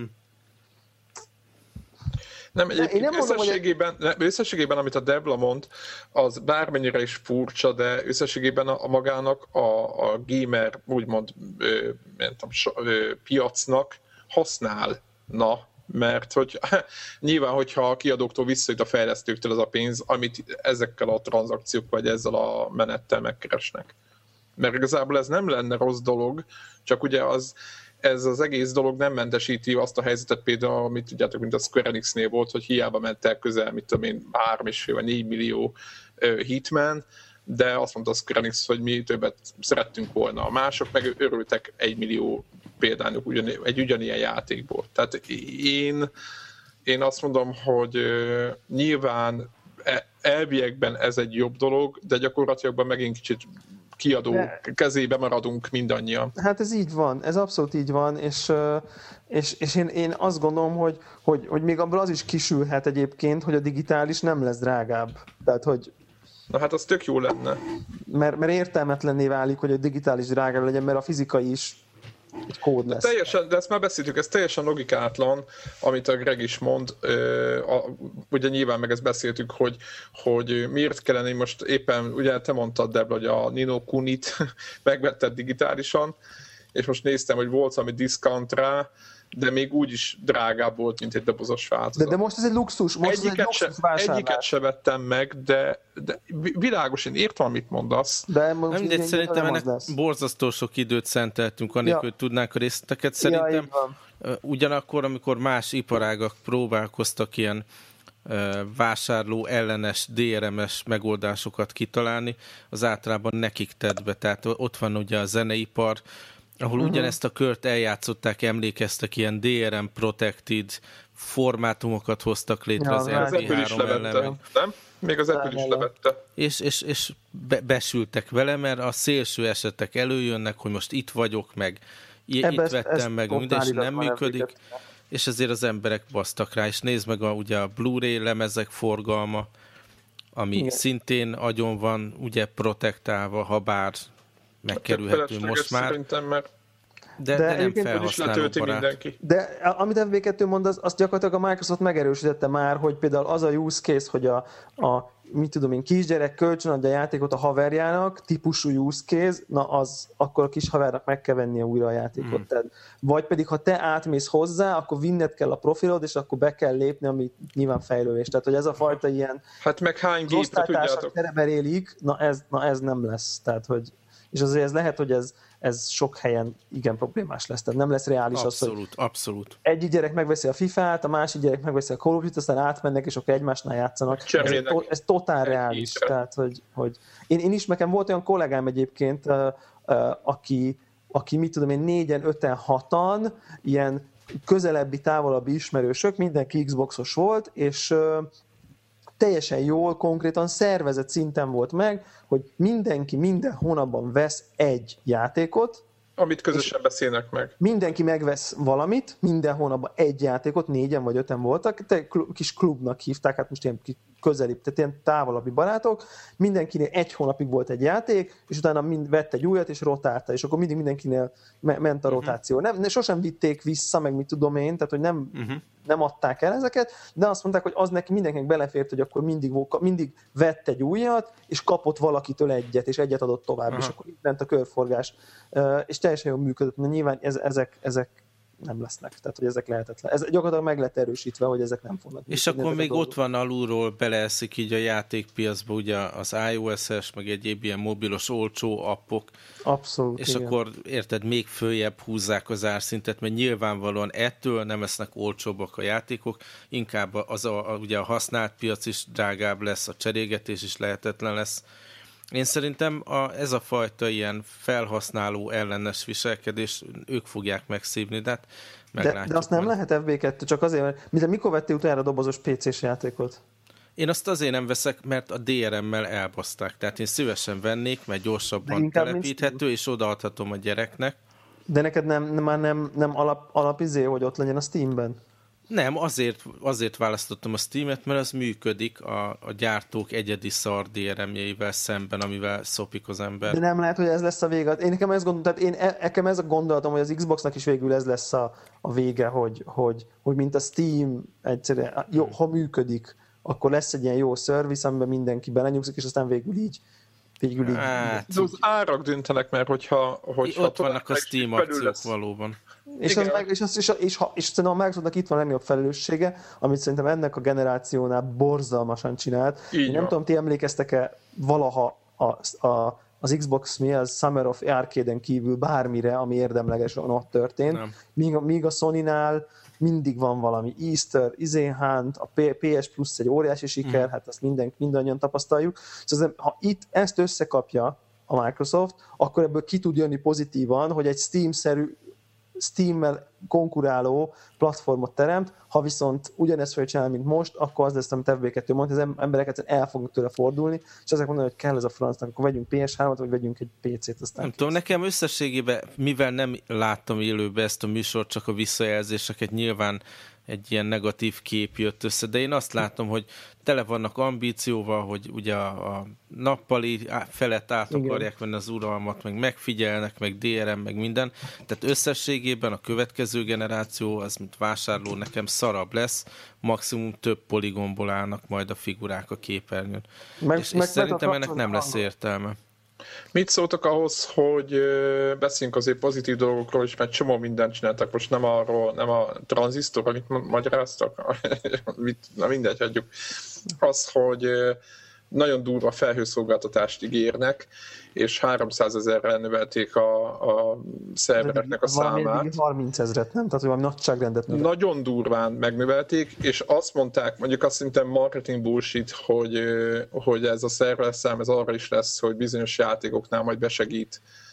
Nem, egyébként nem összességében, mondom, hogy... összességében, amit a Debla mond, az bármennyire is furcsa, de összességében a, a magának a, a gamer, úgymond ö, tudom, so, ö, piacnak használna, mert hogy nyilván, hogyha a kiadóktól visszajut a fejlesztőktől az a pénz, amit ezekkel a tranzakciók vagy ezzel a menettel megkeresnek. Mert igazából ez nem lenne rossz dolog, csak ugye az ez az egész dolog nem mentesíti azt a helyzetet például, amit tudjátok, mint a Square Enixnél volt, hogy hiába ment el közel, mit tudom én, három és fél vagy négy millió uh, Hitman, de azt mondta a Square Enix, hogy mi többet szerettünk volna. A mások meg örültek egy millió például ugyan, egy ugyanilyen játékból. Tehát én, én azt mondom, hogy uh, nyilván elviekben ez egy jobb dolog, de gyakorlatilag megint kicsit kiadó de... kezébe maradunk mindannyian. Hát ez így van, ez abszolút így van, és, és, és én, én azt gondolom, hogy, hogy, hogy még abból az is kisülhet egyébként, hogy a digitális nem lesz drágább. Tehát, hogy na hát az tök jó lenne. Mert, mert értelmetlenné válik, hogy a digitális drágább legyen, mert a fizikai is egy kód lesz. De, teljesen, de ezt már beszéltük, ez teljesen logikátlan, amit a Greg is mond. A, ugye nyilván meg ezt beszéltük, hogy, hogy miért kellene most éppen, ugye te mondtad, Debla, hogy a Ni no Kunit megvetted digitálisan, és most néztem, hogy volt valami discount rá, de még úgy is drágább volt, mint egy dobozos változat. De, de most ez egy luxus, most egyiket, ez egy luxus vásárlás. Egyiket se vettem meg, de, de világos, én értem, amit mondasz. De nem, de szerintem ennek borzasztó sok időt szenteltünk, anélkül, ja. hogy tudnánk a részleteket. Szerintem ja, ugyanakkor, amikor más iparágak próbálkoztak ilyen uh, vásárló ellenes, dé er em-es megoldásokat kitalálni, az általában nekik tett be. Tehát ott van ugye a zeneipar, ahol uh-huh. ugyanezt a kört eljátszották, emlékeztek, ilyen dé er em protected formátumokat hoztak létre ja, az el pé három ellen. Nem? Még az Apple is levette. És, és, és be, besültek vele, mert a szélső esetek előjönnek, hogy most itt vagyok, meg itt ezt, vettem, ezt meg minden, és nem működik. Emléket. És ezért az emberek basztak rá, és nézd meg a, ugye a Blu-ray lemezek forgalma, ami igen. szintén agyon van, ugye protektálva, ha bár megkerülhető most már. Mert... De, de, de nem felhasználó barát. De amit ef bé kettő mond, az, az gyakorlatilag a Microsoft megerősítette már, hogy például az a use case, hogy a, a mit tudom én, kisgyerek kölcsönadja a játékot a haverjának, típusú use case, na az, akkor a kis havernak meg kell vennie újra a játékot. Hmm. Tehát, vagy pedig, ha te átmész hozzá, akkor vinned kell a profilod, és akkor be kell lépni, ami nyilván fejlődés. Tehát, hogy ez a fajta ilyen... Hát meg hány gépre tudjátok? Tereberélik, na ez, na ez nem lesz. Tehát, hogy, és azért ez lehet, hogy ez ez sok helyen igen problémás lesz. Tehát nem lesz reális abszolút, az, hogy abszolút. egyik gyerek megveszi a fifát, a másik gyerek megveszi a Call of Duty, aztán átmennek, és akkor egymásnál játszanak. Ez, to, ez totál reális. Tehát, hogy, hogy én, én is, nekem volt olyan kollégám egyébként, uh, uh, aki, aki mit tudom én, négyen, öten, hatan, ilyen közelebbi, távolabbi ismerősök, mindenki Xboxos volt, és uh, teljesen jól, konkrétan szervezett szinten volt meg, hogy mindenki minden hónapban vesz egy játékot, amit közösen beszélnek meg. Mindenki megvesz valamit, minden hónapban egy játékot, négyen vagy öten voltak, te kis klubnak hívták, hát most ilyen közelibb, tehát ilyen távolabbi barátok, mindenkinél egy hónapig volt egy játék, és utána mind vett egy újat, és rotálta, és akkor mindig mindenkinél me- ment a rotáció. Nem, ne, sosem vitték vissza, meg mit tudom én, tehát hogy nem, uh-huh. nem adták el ezeket, de azt mondták, hogy az neki mindenkinek belefért, hogy akkor mindig, mindig vett egy újat, és kapott valakitől egyet, és egyet adott tovább, uh-huh. és akkor itt ment a körforgás. Uh, és teljesen jól működött, mert nyilván ez, ezek, ezek nem lesznek, tehát hogy ezek lehetetlen. Ez gyakorlatilag meg lett erősítve, hogy ezek nem fognak. És akkor még ott van alulról, beleeszik így a játékpiacba ugye az iOS-es, meg egyéb ilyen mobilos olcsó appok. Abszolút, és igen. akkor érted, még följebb húzzák az árszintet, mert nyilvánvalóan ettől nem lesznek olcsóbbak a játékok, inkább az a, a, ugye a használt piac is drágább lesz, a cserégetés is lehetetlen lesz. Én szerintem a, ez a fajta ilyen felhasználó ellenes viselkedés, ők fogják megszívni, de hát meglátjuk. De, de azt nem lehet ef bé kettő, csak azért, mert mikor vettél utoljára dobozos pé cés játékot? Én azt azért nem veszek, mert a dé er em-mel elbaszták. Tehát én szívesen vennék, mert gyorsabban telepíthető, és odaadhatom a gyereknek. De neked nem, már nem, nem alap, alapizé, hogy ott legyen a Steamben? Nem, azért, azért választottam a Steamet, mert az működik a, a gyártók egyedi szar dé er em-jeivel szemben, amivel szopik az ember. De nem lehet, hogy ez lesz a vége. Én nekem ez, gondol, tehát én, nekem ez a gondolatom, hogy az Xboxnak is végül ez lesz a, a vége, hogy, hogy, hogy mint a Steam egyszerűen, jó, ha működik, akkor lesz egy ilyen jó szerviz, amiben mindenki belenyugszik, és aztán végül így végül így. Hát, de az árak döntenek, mert hogyha... hogyha ott vannak a Steam akciók lesz. Valóban. És, az meg, és, az, és, és, és szerintem a Microsoftnak itt van a legnagyobb felelőssége, amit szerintem ennek a generációnál borzalmasan csinált. Én nem tudom, ti emlékeztek-e valaha a, a, az Xbox mi, az Summer of Arcade-en kívül bármire, ami érdemleges ott történt. Míg, míg a Sony-nál mindig van valami Easter, Izé Hunt, a pé es Plus egy óriási siker, mm. hát azt minden, mindannyian tapasztaljuk. Szóval ha itt ezt összekapja a Microsoft, akkor ebből ki tud jönni pozitívan, hogy egy Steam-szerű Steam-mel konkuráló platformot teremt, ha viszont ugyanezt fogja csinálni, mint most, akkor az lesz, amit ef bé kettő mondta, az emberek el fognak tőle fordulni, és ezek mondani, hogy kell ez a francnak, akkor vegyünk pé es hármat, vagy vegyünk egy pé cét. Aztán nem kész. Tudom, nekem összességében, mivel nem láttam élőbe ezt a műsort, csak a visszajelzéseket, nyilván egy ilyen negatív kép jött össze, de én azt látom, hogy tele vannak ambícióval, hogy ugye a, a nappali felett át igen. akarják venni az uralmat, meg megfigyelnek, meg dé er em, meg minden. Tehát összességében a következő generáció, az mint vásárló nekem szarabb lesz, maximum több poligomból állnak majd a figurák a képernyőn. Meg, és, meg, és szerintem ennek nem lesz értelme. Mit szóltak ahhoz, hogy beszéljünk azért pozitív dolgokról is, mert csomó mindent csináltak, most nem arról, nem a tranzisztor, amit magyaráztak, na mindegy, hagyjuk. Az, hogy nagyon durva felhőszolgáltatást ígérnek, és háromszázezerrel növelték a, a szervereknek a számát. harmincezret, nem? Tehát valami nagyságrendet növelték. Nagyon durván megnövelték, és azt mondták, mondjuk azt szerintem marketing bullshit, hogy, hogy ez a szerverszám ez arra is lesz, hogy bizonyos játékoknál majd besegít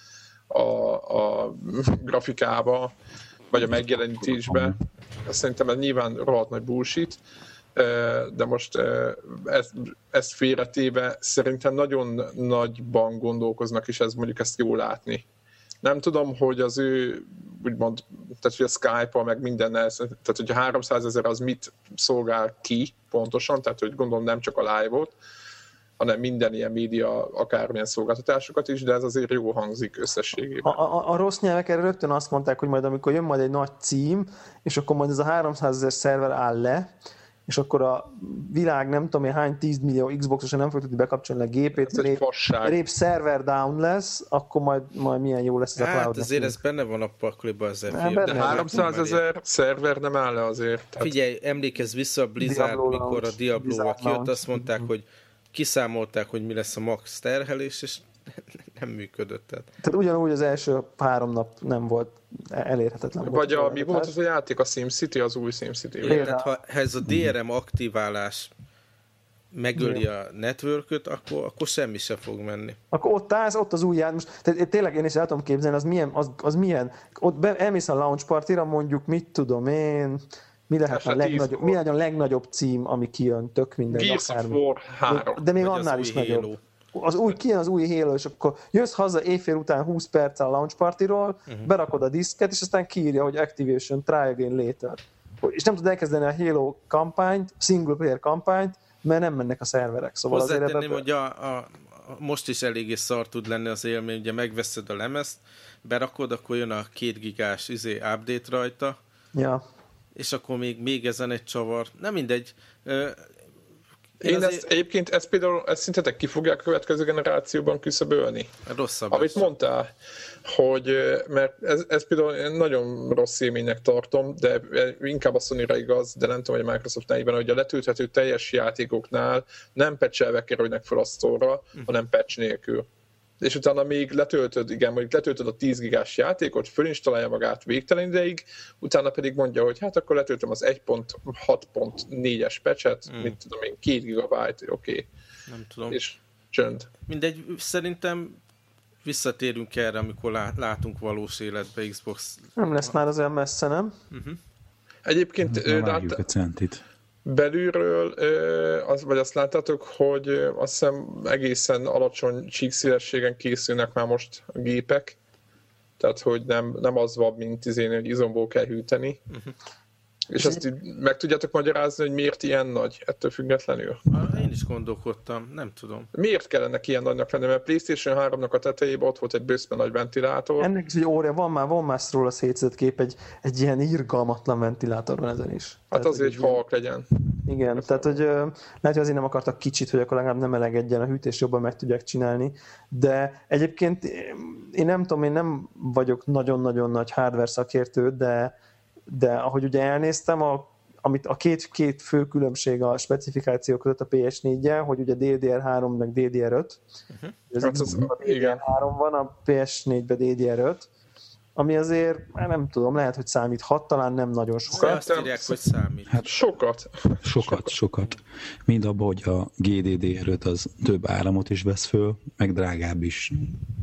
a, a grafikába, vagy a megjelenítésbe. Szerintem ez nyilván rohadt nagy bullshit, de most ezt, ezt félretéve szerintem nagyon nagyban gondolkoznak, és ez mondjuk ezt jól látni. Nem tudom, hogy az ő, úgymond, tehát hogy a Skype-a, meg minden, tehát hogy a háromszázezer az mit szolgál ki pontosan, tehát hogy gondolom nem csak a live-ot, hanem minden ilyen média, akármilyen szolgáltatásokat is, de ez azért jó hangzik összességében. A, a, a rossz nyelvek erre rögtön azt mondták, hogy majd amikor jön majd egy nagy cím, és akkor majd ez a háromszázezer szerver áll le, és akkor a világ nem tudom én hány tíz millió Xboxosan nem fog tudni bekapcsolni a gépét, rép server down lesz, akkor majd, majd milyen jó lesz ez hát a cloud. Hát azért ez benne van a pakliba az ef hát de háromszázezer szerver nem áll le azért. Tehát... Figyelj, emlékezz vissza a Blizzard, Diablo mikor a Diablo-val kijött, azt mondták, mm-hmm. hogy kiszámolták, hogy mi lesz a max terhelés, és nem működött. Tehát, tehát ugyanúgy az első három nap nem volt elérhetetlen. Vagy a, mi volt az a játék, a SimCity, az új SimCity. Igen, tehát ha ez a dé er em aktiválás megöli a networköt, akkor, akkor semmi se fog menni. Akkor ott állsz, ott az új játék. Most tehát tényleg én is el tudom képzelni, az milyen, az, az milyen. Ott be, elmész a launch partyra, mondjuk, mit tudom én, mi lehet a legnagyobb, mi a legnagyobb cím, ami kijön, tök minden. Gears of War három. De még annál is nagyobb. Halo. Az új, kijön az új Halo, és akkor jössz haza éjfél után húsz perccel a launch partyról, uh-huh. berakod a diszket, és aztán kiírja, hogy Activation, try again later. És nem tud elkezdeni a Halo kampányt, single player kampányt, mert nem mennek a szerverek. Szóval hozzátenném, hogy a, a, most is eléggé szar tud lenni az élmény, ugye megveszed a lemezt, berakod, akkor jön a két gigás izé, update rajta, ja. és akkor még, még ezen egy csavar. Nem mindegy. Én, Én ezt, egyébként ezt például ezt szintetek ki fogják a következő generációban küszöbölni? Rosszabb. Amit lesz. Mondtál, hogy mert ez, ez például nagyon rossz élménynek tartom, de inkább a Sony-ra igaz, de nem tudom, hogy a Microsoft negyben, hogy a letölthető teljes játékoknál nem patchelve kerülnek fel a store-ra, hm. hanem patch nélkül. És utána még letöltöd, igen, mondjuk letöltöd a tíz gigás játékot, fölinstalálja magát végtelen ideig, utána pedig mondja, hogy hát akkor letöltöm az egy pont hat pont négyes patchet, mm. mit tudom én, két gigabyte, oké. Okay. Nem tudom. És csönd. Mindegy, szerintem visszatérünk erre, amikor látunk valós életbe Xbox. Nem lesz már az olyan messze, nem? Uh-huh. Egyébként... Na, várjuk a centit. Belülről, az, vagy azt láttátok, hogy azt hiszem egészen alacsony csíkszélességen készülnek már most a gépek, tehát hogy nem, nem az van, mint izén, hogy izomból kell hűteni. Uh-huh. És azt így meg tudjátok magyarázni, hogy miért ilyen nagy ettől függetlenül? Én is gondolkodtam, nem tudom. Miért kellene ilyen nagynak lenni? Mert PlayStation háromnak a tetejében ott volt egy bőszben nagy ventilátor. Ennek is egy ória, van már, van már róla szétszedett kép, egy, egy ilyen irgalmatlan ventilátor van ezen is. Hát tehát, azért, hogy halk legyen. Igen, ez tehát hogy lehet, hogy azért nem akartak kicsit, hogy akkor legalább nem elegedjen a hűtés, jobban meg tudják csinálni, de egyébként én nem tudom, én nem vagyok nagyon-nagyon nagy hardware szakértő, de de ahogy ugye elnéztem, a, amit a két, két fő különbség a specifikáció között a pé es négyel, hogy ugye dé dé er három meg dé dé er öt. Uh-huh. Az hát az, a dé dé er három van, a pé es négyben dé dé er öt, ami azért, nem tudom, lehet, hogy számíthat, talán nem nagyon sokat. Azt írják, hogy számít. Hát sokat. Sokat, sokat. Mind abban, hogy a gé dé dé er öt az több áramot is vesz föl, meg drágább is.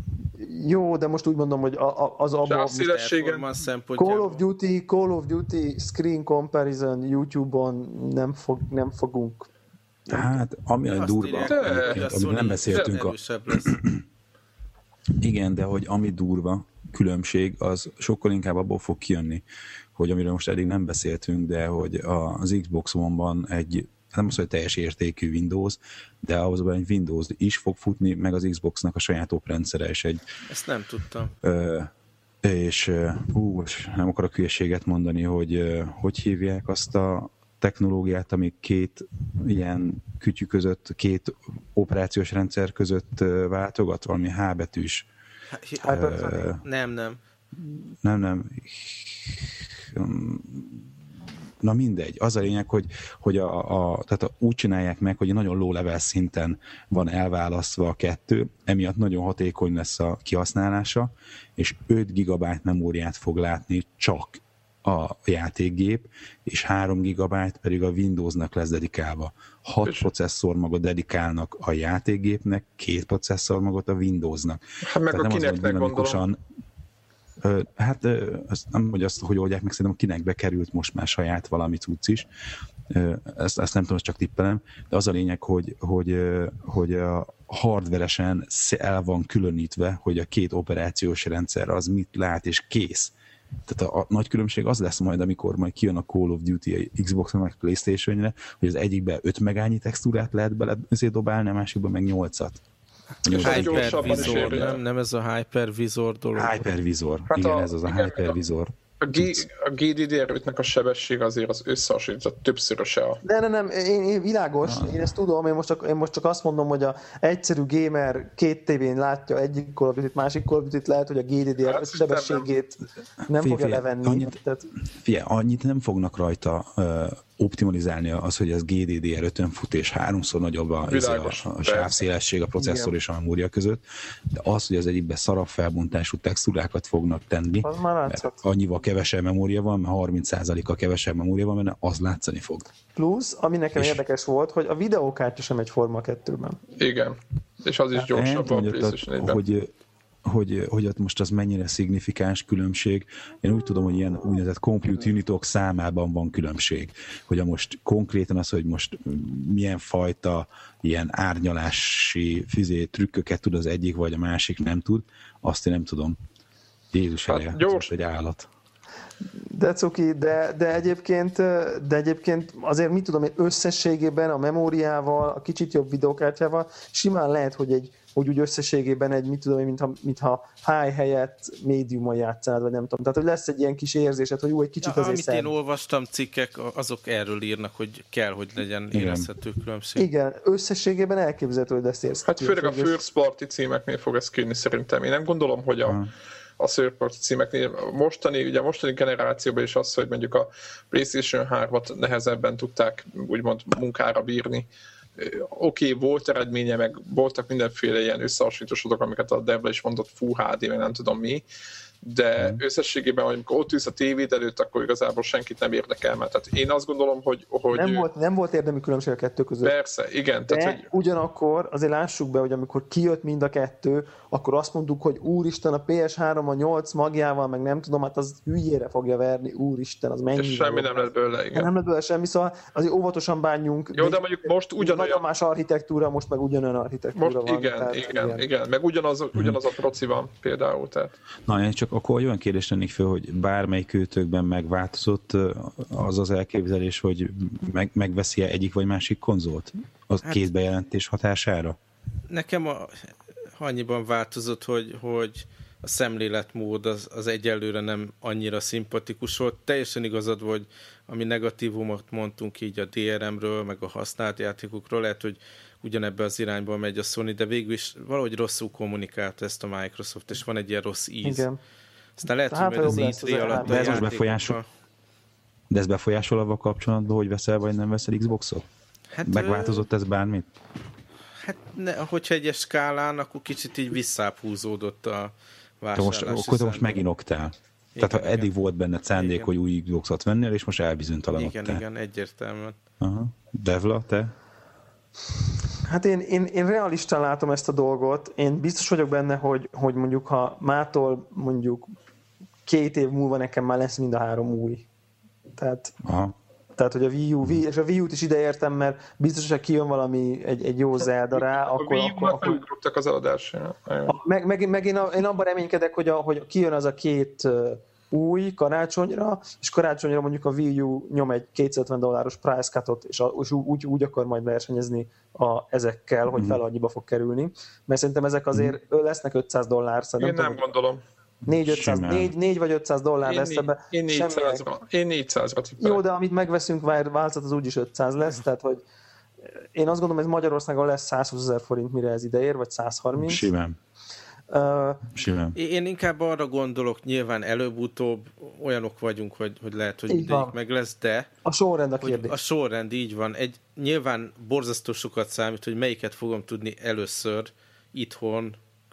Jó, de most úgy mondom, hogy az abban Call of Duty, Call of Duty Screen Comparison YouTube-on nem, fog, nem fogunk. Hát, ami a durva, amit nem beszéltünk. A... Igen, de hogy ami durva különbség, az sokkal inkább abból fog kijönni, hogy amiről most eddig nem beszéltünk, de hogy az Xbox One-ban egy nem az, hogy teljes értékű Windows, de ahhoz egy Windows is fog futni, meg az Xboxnak a saját oprendszere is egy... Ezt nem tudtam. Ö, és ú, nem akarok hülyeséget mondani, hogy hogy hívják azt a technológiát, ami két ilyen kütyű között, két operációs rendszer között váltogat, valami H betűs. Hát, ö, nem, nem. Nem, nem. Na mindegy, az a lényeg, hogy, hogy a, a, tehát a, úgy csinálják meg, hogy nagyon low level szinten van elválasztva a kettő, emiatt nagyon hatékony lesz a kihasználása, és öt gigabyte memóriát fog látni csak a játékgép, és három gigabyte pedig a Windowsnak lesz dedikálva. hat és processzor magot dedikálnak a játékgépnek, két processzor magot a Windowsnak. Hát meg tehát a Kinectnek gondolom. Hát azt nem, hogy azt, hogy oldják meg, szerintem a Kinectbe került most már saját valami cucc is. Ezt, ezt nem tudom, csak tippelem, de az a lényeg, hogy, hogy, hogy a hardveresen el van különítve, hogy a két operációs rendszer az mit lát, és kész. Tehát a, a nagy különbség az lesz majd, amikor majd kijön a Call of Duty a Xbox-ra, meg PlayStation-re, hogy az egyikben öt megányi textúrát lehet bele dobálni, a másikban meg nyolcat. Hypervisor, nem, nem ez a Hypervisor dolog? Hypervisor, hát igen, a, ez az a igen, Hypervisor. A, a gé dé dé er ötnek a sebesség azért az összehasonlított többszöröse a... De nem, nem, én, én világos, ah. én ezt tudom, én most, csak, én most csak azt mondom, hogy a egyszerű gamer két tévén látja egyik Call of Duty-t, másik Call of Duty-t, lehet, hogy a gé dé dé er hát, sebességét nem, nem fogja fie, levenni. Annyit, tehát... fie, annyit nem fognak rajta uh, optimalizálni az, hogy ez gé dé dé er ötön fut, és háromszor nagyobb a, Világos, a, a sávszélesség a processzor igen. és a memória között, de az, hogy az egyikben szarabb felbontású textúrákat fognak tenni, annyival kevesebb memória van, mert harminc százalékkal kevesebb memória van benne, az látszani fog. Plusz, ami nekem és érdekes volt, hogy a videókártya sem egy Forma kettőben. Igen, és az is gyorsabb a PlayStation négyben. Hogy, hogy, hogy ott most az mennyire szignifikáns különbség. Én úgy tudom, hogy ilyen úgynevezett compute unitok számában van különbség. Hogy a most konkrétan az, hogy most milyen fajta ilyen árnyalási fizé trükköket tud az egyik, vagy a másik nem tud, azt én nem tudom. Jézus hát elje, ez most egy állat. De cuki, de, de, egyébként, de egyébként azért mit tudom én, összességében a memóriával, a kicsit jobb videókártyával simán lehet, hogy, egy, hogy úgy összességében egy, mit tudom én, mintha, mintha high helyett médiumon játszanád, vagy nem tudom. Tehát, hogy lesz egy ilyen kis érzésed, hogy jó, egy kicsit ja, azért amit szebb. Én olvastam cikkek, azok erről írnak, hogy kell, hogy legyen érezhető különbség. Igen, összességében elképzelhető, hogy lesz érzhető. Hát főleg a first party címeknél fog ez kijönni szerintem. Én nem gondolom, hogy a hmm. a third party címeknél. Mostani, ugye mostani generációban is az, hogy mondjuk a PlayStation hármat nehezebben tudták úgymond munkára bírni. Oké, okay, volt eredménye, meg voltak mindenféle ilyen összehasonlítós amiket a Devla is mondott, Full há dé, meg nem tudom mi, de mm. összességében, hogy amikor ott ülsz a tévéd előtt, akkor igazából senkit nem érdekel, mert tehát én azt gondolom, hogy... hogy nem, volt, nem volt érdemi különbség a kettő között. Persze, igen. De tehát, hogy... ugyanakkor azért lássuk be, hogy amikor kijött mind a kettő, akkor azt mondtuk, hogy úristen, a pé es három a nyolc magjával, meg nem tudom, hát az hülyére fogja verni, úristen, az mennyi. És semmi nem lett belőle, igen. Nem lett belőle semmi, szóval azért óvatosan bánjunk. Jó, de mondjuk most ugyanolyan... Nagyon más architektúra, most meg ugyanolyan architektúra most van. Igen, tehát, igen, igen, igen, meg ugyanaz, ugyanaz a proci van például. Tehát. Na, én csak akkor olyan kérdés tennék föl, hogy bármelyik őtökben megváltozott az az elképzelés, hogy meg, megveszi-e egyik vagy másik konzolt? Az hát, két bejelentés hatására? Nekem a, annyiban változott, hogy, hogy a szemléletmód az, az egyelőre nem annyira szimpatikus volt. Teljesen igazad, hogy ami negatívumot mondtunk így a dé er em-ről, meg a használt játékokról, lehet, hogy ugyanebbe az irányba megy a Sony, de végül is valahogy rosszul kommunikálta ezt a Microsoft, és van egy ilyen rossz íz. Igen. Aztán lehet, hát, hogy az í három alatt de ez most befolyásol, de ez befolyásol avval kapcsolatban, hogy veszel vagy nem veszel Xboxot? Hát, megváltozott ez bármit? Hát, ne, hogyha egyes skálán, akkor kicsit így visszább-húzódott a vásárlási most, akkor most meginoktál. Igen, tehát ha eddig igen. volt benned szándék, igen. hogy új Xboxot vennél, és most elbizonytalanodtál. Igen, igen, egyértelműen. Aha. Devla, te? Hát én, én, én realistán látom ezt a dolgot. Én biztos vagyok benne, hogy, hogy mondjuk ha mától mondjuk két év múlva nekem már lesz mind a három új. Tehát, tehát hogy a Wii U, Wii, és a Wii U-t is ideértem, mert biztos, hogy kijön valami, egy, egy jó Zelda rá, a akkor... Wii U-nak megugrottak az adásra. Meg, meg, meg én, a, én abban reménykedek, hogy, a, hogy kijön az a két uh, új karácsonyra, és karácsonyra mondjuk a Wii U nyom egy kétszázötven dolláros price cutot, és, a, és úgy, úgy akar majd versenyezni a, ezekkel, hogy fel annyiba fog kerülni. Mert szerintem ezek azért lesznek ötszáz dollár. Én nem gondolom. négy vagy ötszáz dollár lesz ebbe. Én négyszázra. Én négyszázra tippelek. Jó, de amit megveszünk változat, az úgyis ötszáz lesz, tehát hogy én azt gondolom, hogy Magyarországon lesz százhúszezer forint, mire ez ideér, vagy száz harminc. Simán. Uh, Simán. Én inkább arra gondolok, nyilván előbb-utóbb olyanok vagyunk, hogy, hogy lehet, hogy ideig meg lesz, de... A sorrend a kérdés. A sorrend, így van. Egy, nyilván borzasztó sokat számít, hogy melyiket fogom tudni először itthon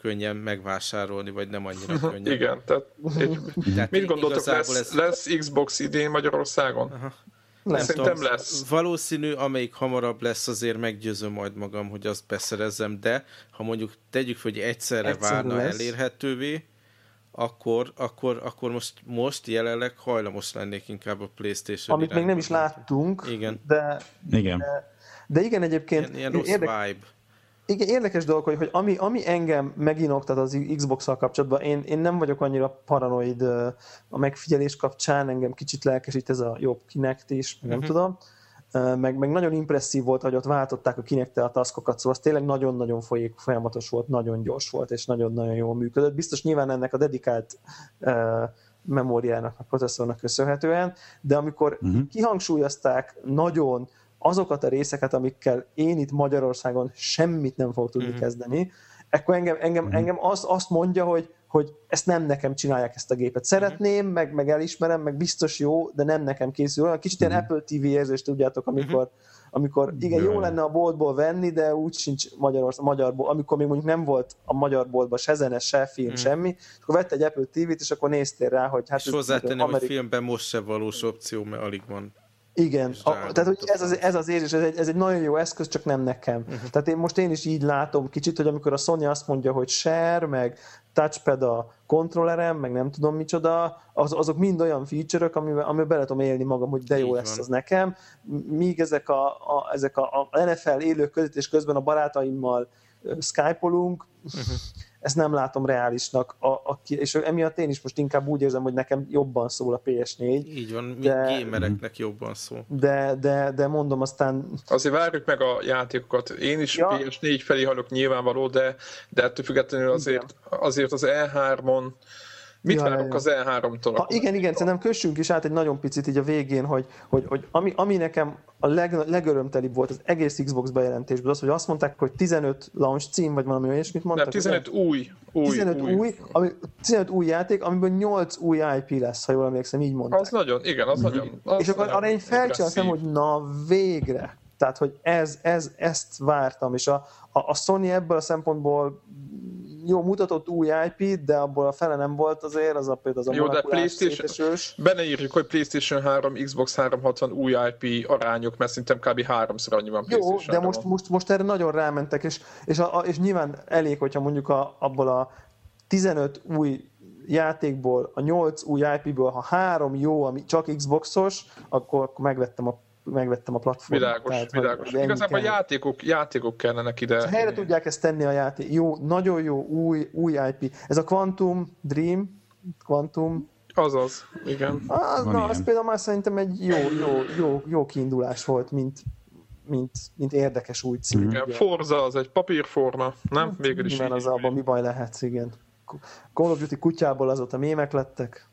könnyen megvásárolni, vagy nem annyira könnyen. Igen, tehát, egy, tehát mit gondoltok, lesz, ez... lesz Xbox idén Magyarországon? Aha. Lesz. Szerintem lesz. Valószínű, amelyik hamarabb lesz, azért meggyőzöm majd magam, hogy azt beszerezzem, de ha mondjuk tegyük fel, hogy egyszerre Egyszerű várna lesz. elérhetővé, akkor, akkor, akkor most, most jelenleg hajlamos lennék inkább a PlayStation Amit még nem is láttunk, igen. De, igen. de, de igen, egyébként ilyen, ilyen rossz érdek, vibe. Igen, érdekes dolog, hogy, hogy ami, ami engem meginoktat az Xbox-szal kapcsolatban, én, én nem vagyok annyira paranoid a megfigyelés kapcsán, engem kicsit lelkesít ez a jobb Kinect is, nem uh-huh. tudom. Meg, meg nagyon impresszív volt, hogy ott váltották a Kinect-tel a taskokat, szóval az tényleg nagyon-nagyon folyék, folyamatos volt, nagyon gyors volt, és nagyon-nagyon jól működött. Biztos nyilván ennek a dedikált uh, memóriának, a processzornak köszönhetően, de amikor uh-huh. kihangsúlyozták nagyon azokat a részeket, amikkel én itt Magyarországon semmit nem fogok tudni mm-hmm. kezdeni, akkor engem, engem, mm-hmm. engem azt, azt mondja, hogy, hogy ezt nem nekem csinálják ezt a gépet. Szeretném, mm-hmm. meg, meg elismerem, meg biztos jó, de nem nekem készül. Olyan kicsit mm-hmm. ilyen Apple té vé érzést tudjátok, amikor, mm-hmm. amikor igen, jó lenne a boltból venni, de úgy sincs Magyarország, magyarból, amikor még mondjuk nem volt a magyar boltban se zene, se film, mm-hmm. semmi, és akkor vett egy Apple té vét, és akkor néztél rá, hogy hát... És hozzátenném, Amerik... hogy filmben most se valós opció, mert alig van. Igen, a, tehát hogy ez az, ez az érzés, ez egy, ez egy nagyon jó eszköz, csak nem nekem. Uh-huh. Tehát én most én is így látom kicsit, hogy amikor a Sony azt mondja, hogy share, meg touchpad a kontrollerem, meg nem tudom micsoda, az, azok mind olyan feature-ök, amivel, amivel bele tudom élni magam, hogy de jó így lesz van. Az nekem. Míg ezek a, a, ezek a, a en ef el élő közvetítés közben a barátaimmal Skype-olunk, uh-huh. ezt nem látom reálisnak, a, a, és emiatt én is most inkább úgy érzem, hogy nekem jobban szól a pé es négy. Így van, de, gamereknek jobban szól. De, de, de mondom aztán... Azért várjuk meg a játékokat. Én is ja. pé es négy felé hallok nyilvánvaló, de, de ettől függetlenül azért, azért az E hármon mit ja, várok ja. az E háromtól? Ha, igen, igen, szerintem kössünk is át egy nagyon picit így a végén, hogy, hogy, hogy ami, ami nekem a leg, legörömtelibb volt az egész Xbox bejelentésből, az, hogy azt mondták, hogy tizenöt launch cím, vagy valami olyasmit mondtak. Nem, tizenöt új, új, tizenöt új. új, ami, tizenöt új játék, amiből nyolc új i pé lesz, ha jól emlékszem, így mondták. Az nagyon, igen, az mm-hmm. nagyon. Az és akkor arra én felcsináltam, hogy na végre. Tehát, hogy ez, ez, ezt vártam, és a, a, a Sony ebből a szempontból jó, mutatott új i pét, de abból a fele nem volt azért, az a például az a jó, de PlayStation, benne írjuk, hogy PlayStation három, Xbox háromszázhatvan új i pé arányok, mert szerintem kb. háromszor annyi van PlayStation jó, de most, most, most erre nagyon rámentek, és, és, a, és nyilván elég, hogyha mondjuk a, abból a tizenöt új játékból, a nyolc új i péből, ha három jó, ami csak Xboxos, akkor, akkor megvettem a megvettem a platformot. Világos, tehát, világos. Igazából a játékok, játékok kellenek ide. És helyre tudják ezt tenni a játék. Jó, nagyon jó, új, új i pé. Ez a Quantum Dream, Quantum... Azaz, igen. Az, na, az például már szerintem egy jó, jó, jó, jó kiindulás volt, mint, mint, mint érdekes új cím. Igen, Forza az egy papírforma, nem? Hát, végül is. Igen, az abban mi baj lehet, igen. Call of Duty kutyából azóta mémek lettek.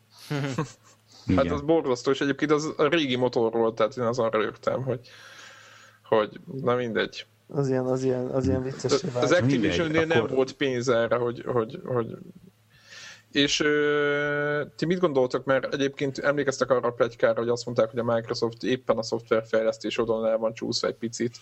Hát az borzasztó, és egyébként az a régi motor volt, tehát én azon rögtem, hogy, hogy na mindegy. Az ilyen, az ilyen, az ilyen vicces. Az Activision-nél nem akkor... volt pénz erre, hogy, hogy, hogy... És ö, ti mit gondoltok, mert egyébként emlékeztek arra a pletykára, hogy azt mondták, hogy a Microsoft éppen a szoftverfejlesztés oldalon el van csúszva egy picit.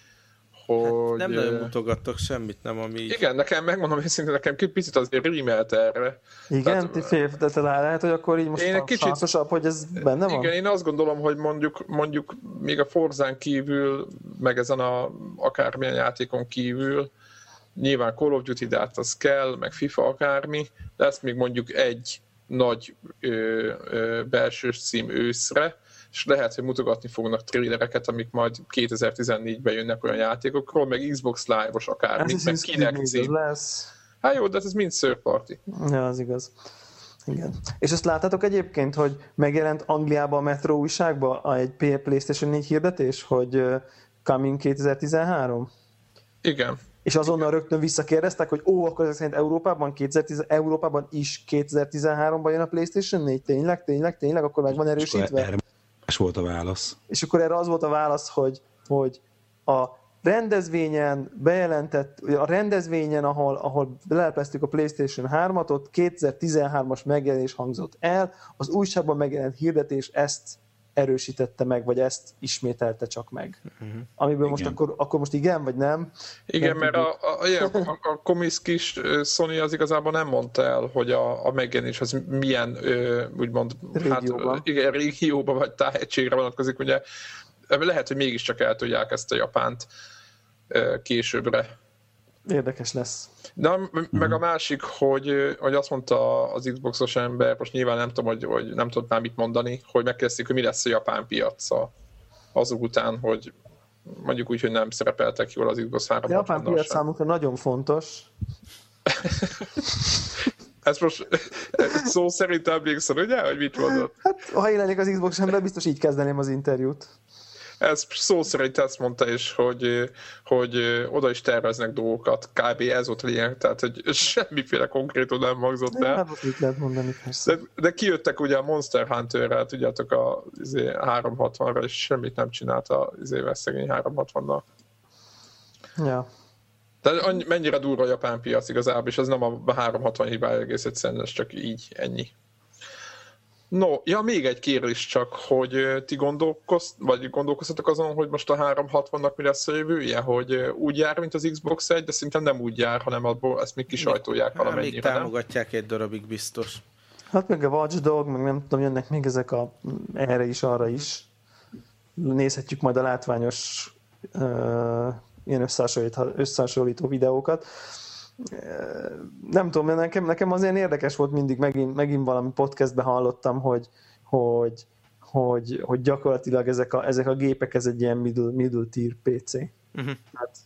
Hogy... Hát nem nagyon mutogattak semmit, nem, ami... Igen, nekem megmondom őszintén, nekem picit azért rímelt erre. Igen, tehát, ti fél, de te lehet, hogy akkor így most én kicsit, sanszosabb, hogy ez benne van? Igen, én azt gondolom, hogy mondjuk, mondjuk még a Forzán kívül, meg ezen a akármilyen játékon kívül, nyilván Call of Duty, de hát az kell, meg FIFA akármi, lesz még mondjuk egy nagy ö, ö, belsős cím őszre, és lehet, hogy mutogatni fognak trailereket, amik majd kétezer-tizennégyben jönnek olyan játékokról, meg Xbox Live-os akármit, meg Kinect cím. Lesz. Hát jó, de ez mind third party. Ja, az igaz. Igen. És azt láttátok egyébként, hogy megjelent Angliában a Metro újságban egy PlayStation négy hirdetés, hogy coming kétezer-tizenhárom? Igen. És azonnal rögtön visszakérdeztek, hogy ó, akkor ezek szerint Európában, kétezer-tíz, Európában is kétezer-tizenháromban jön a PlayStation négy? Tényleg, tényleg, tényleg? Akkor meg van erősítve? És volt a válasz. És akkor erre az volt a válasz, hogy, hogy a rendezvényen bejelentett, a rendezvényen, ahol, ahol lelepeztük a PlayStation hármat, ott kétezer-tizenhármas megjelenés hangzott el, az újságban megjelent hirdetés ezt erősítette meg, vagy ezt ismételte csak meg. Uh-huh. Amiből igen. most akkor, akkor most igen, vagy nem? Igen, nem mert a, a, a, a, a komiszkis Sony az igazából nem mondta el, hogy a, a megjelenés az milyen úgymond régióban. Hát, igen, régióba vagy tájegységre vonatkozik, ugye lehet, hogy mégiscsak eltudják ezt a Japánt későbbre. Érdekes lesz. De meg a másik, hogy, hogy azt mondta az Xboxos ember, most nyilván nem tudom, hogy, hogy nem tudod már mit mondani, hogy megkezdték, hogy mi lesz a japán piaca azok után, hogy mondjuk úgy, hogy nem szerepeltek jól az Xbox háromszázhatvanas. A japán piac számukra nagyon fontos. Ez most szó szerint emlékszel, ugye, hogy mit mondod? Hát, ha én lennék az Xbox ember, biztos így kezdeném az interjút. Ez szó szerint ezt mondta is, hogy, hogy oda is terveznek dolgokat. Kb. Ez volt a lényeg, tehát hogy semmiféle konkrétum nem hangzott el. Hát, mit lehet mondani, persze. De, de kijöttek ugye a Monster Hunter-rel, tudjátok, a izé, háromszázhatvanra, és semmit nem csinált a izével szegény háromszázhatvannal. Ja. Tehát mennyire durva a japán piac igazából, és ez nem a háromszázhatvan hibája egész egyszerűen, ez csak így, ennyi. No, ja, még egy kérdés csak, hogy ti gondolkoz, vagy gondolkoztatok azon, hogy most a háromszázhatvannak mi lesz a jövője, hogy úgy jár, mint az Xbox egy, de szerintem nem úgy jár, hanem abból ezt még kisajtolják valamennyire, még támogatják nem? Egy darabig biztos. Hát meg a Watch Dog, meg nem tudom, jönnek még ezek a erre is, arra is. Nézhetjük majd a látványos uh, ilyen összehasonlító, összehasonlító videókat. Nem tudom, nekem, nekem az ilyen érdekes volt mindig, megint, megint valami podcastben hallottam, hogy, hogy, hogy, hogy gyakorlatilag ezek a, ezek a gépek, ez egy ilyen middle, middle tier pé cé. Uh-huh. Hát,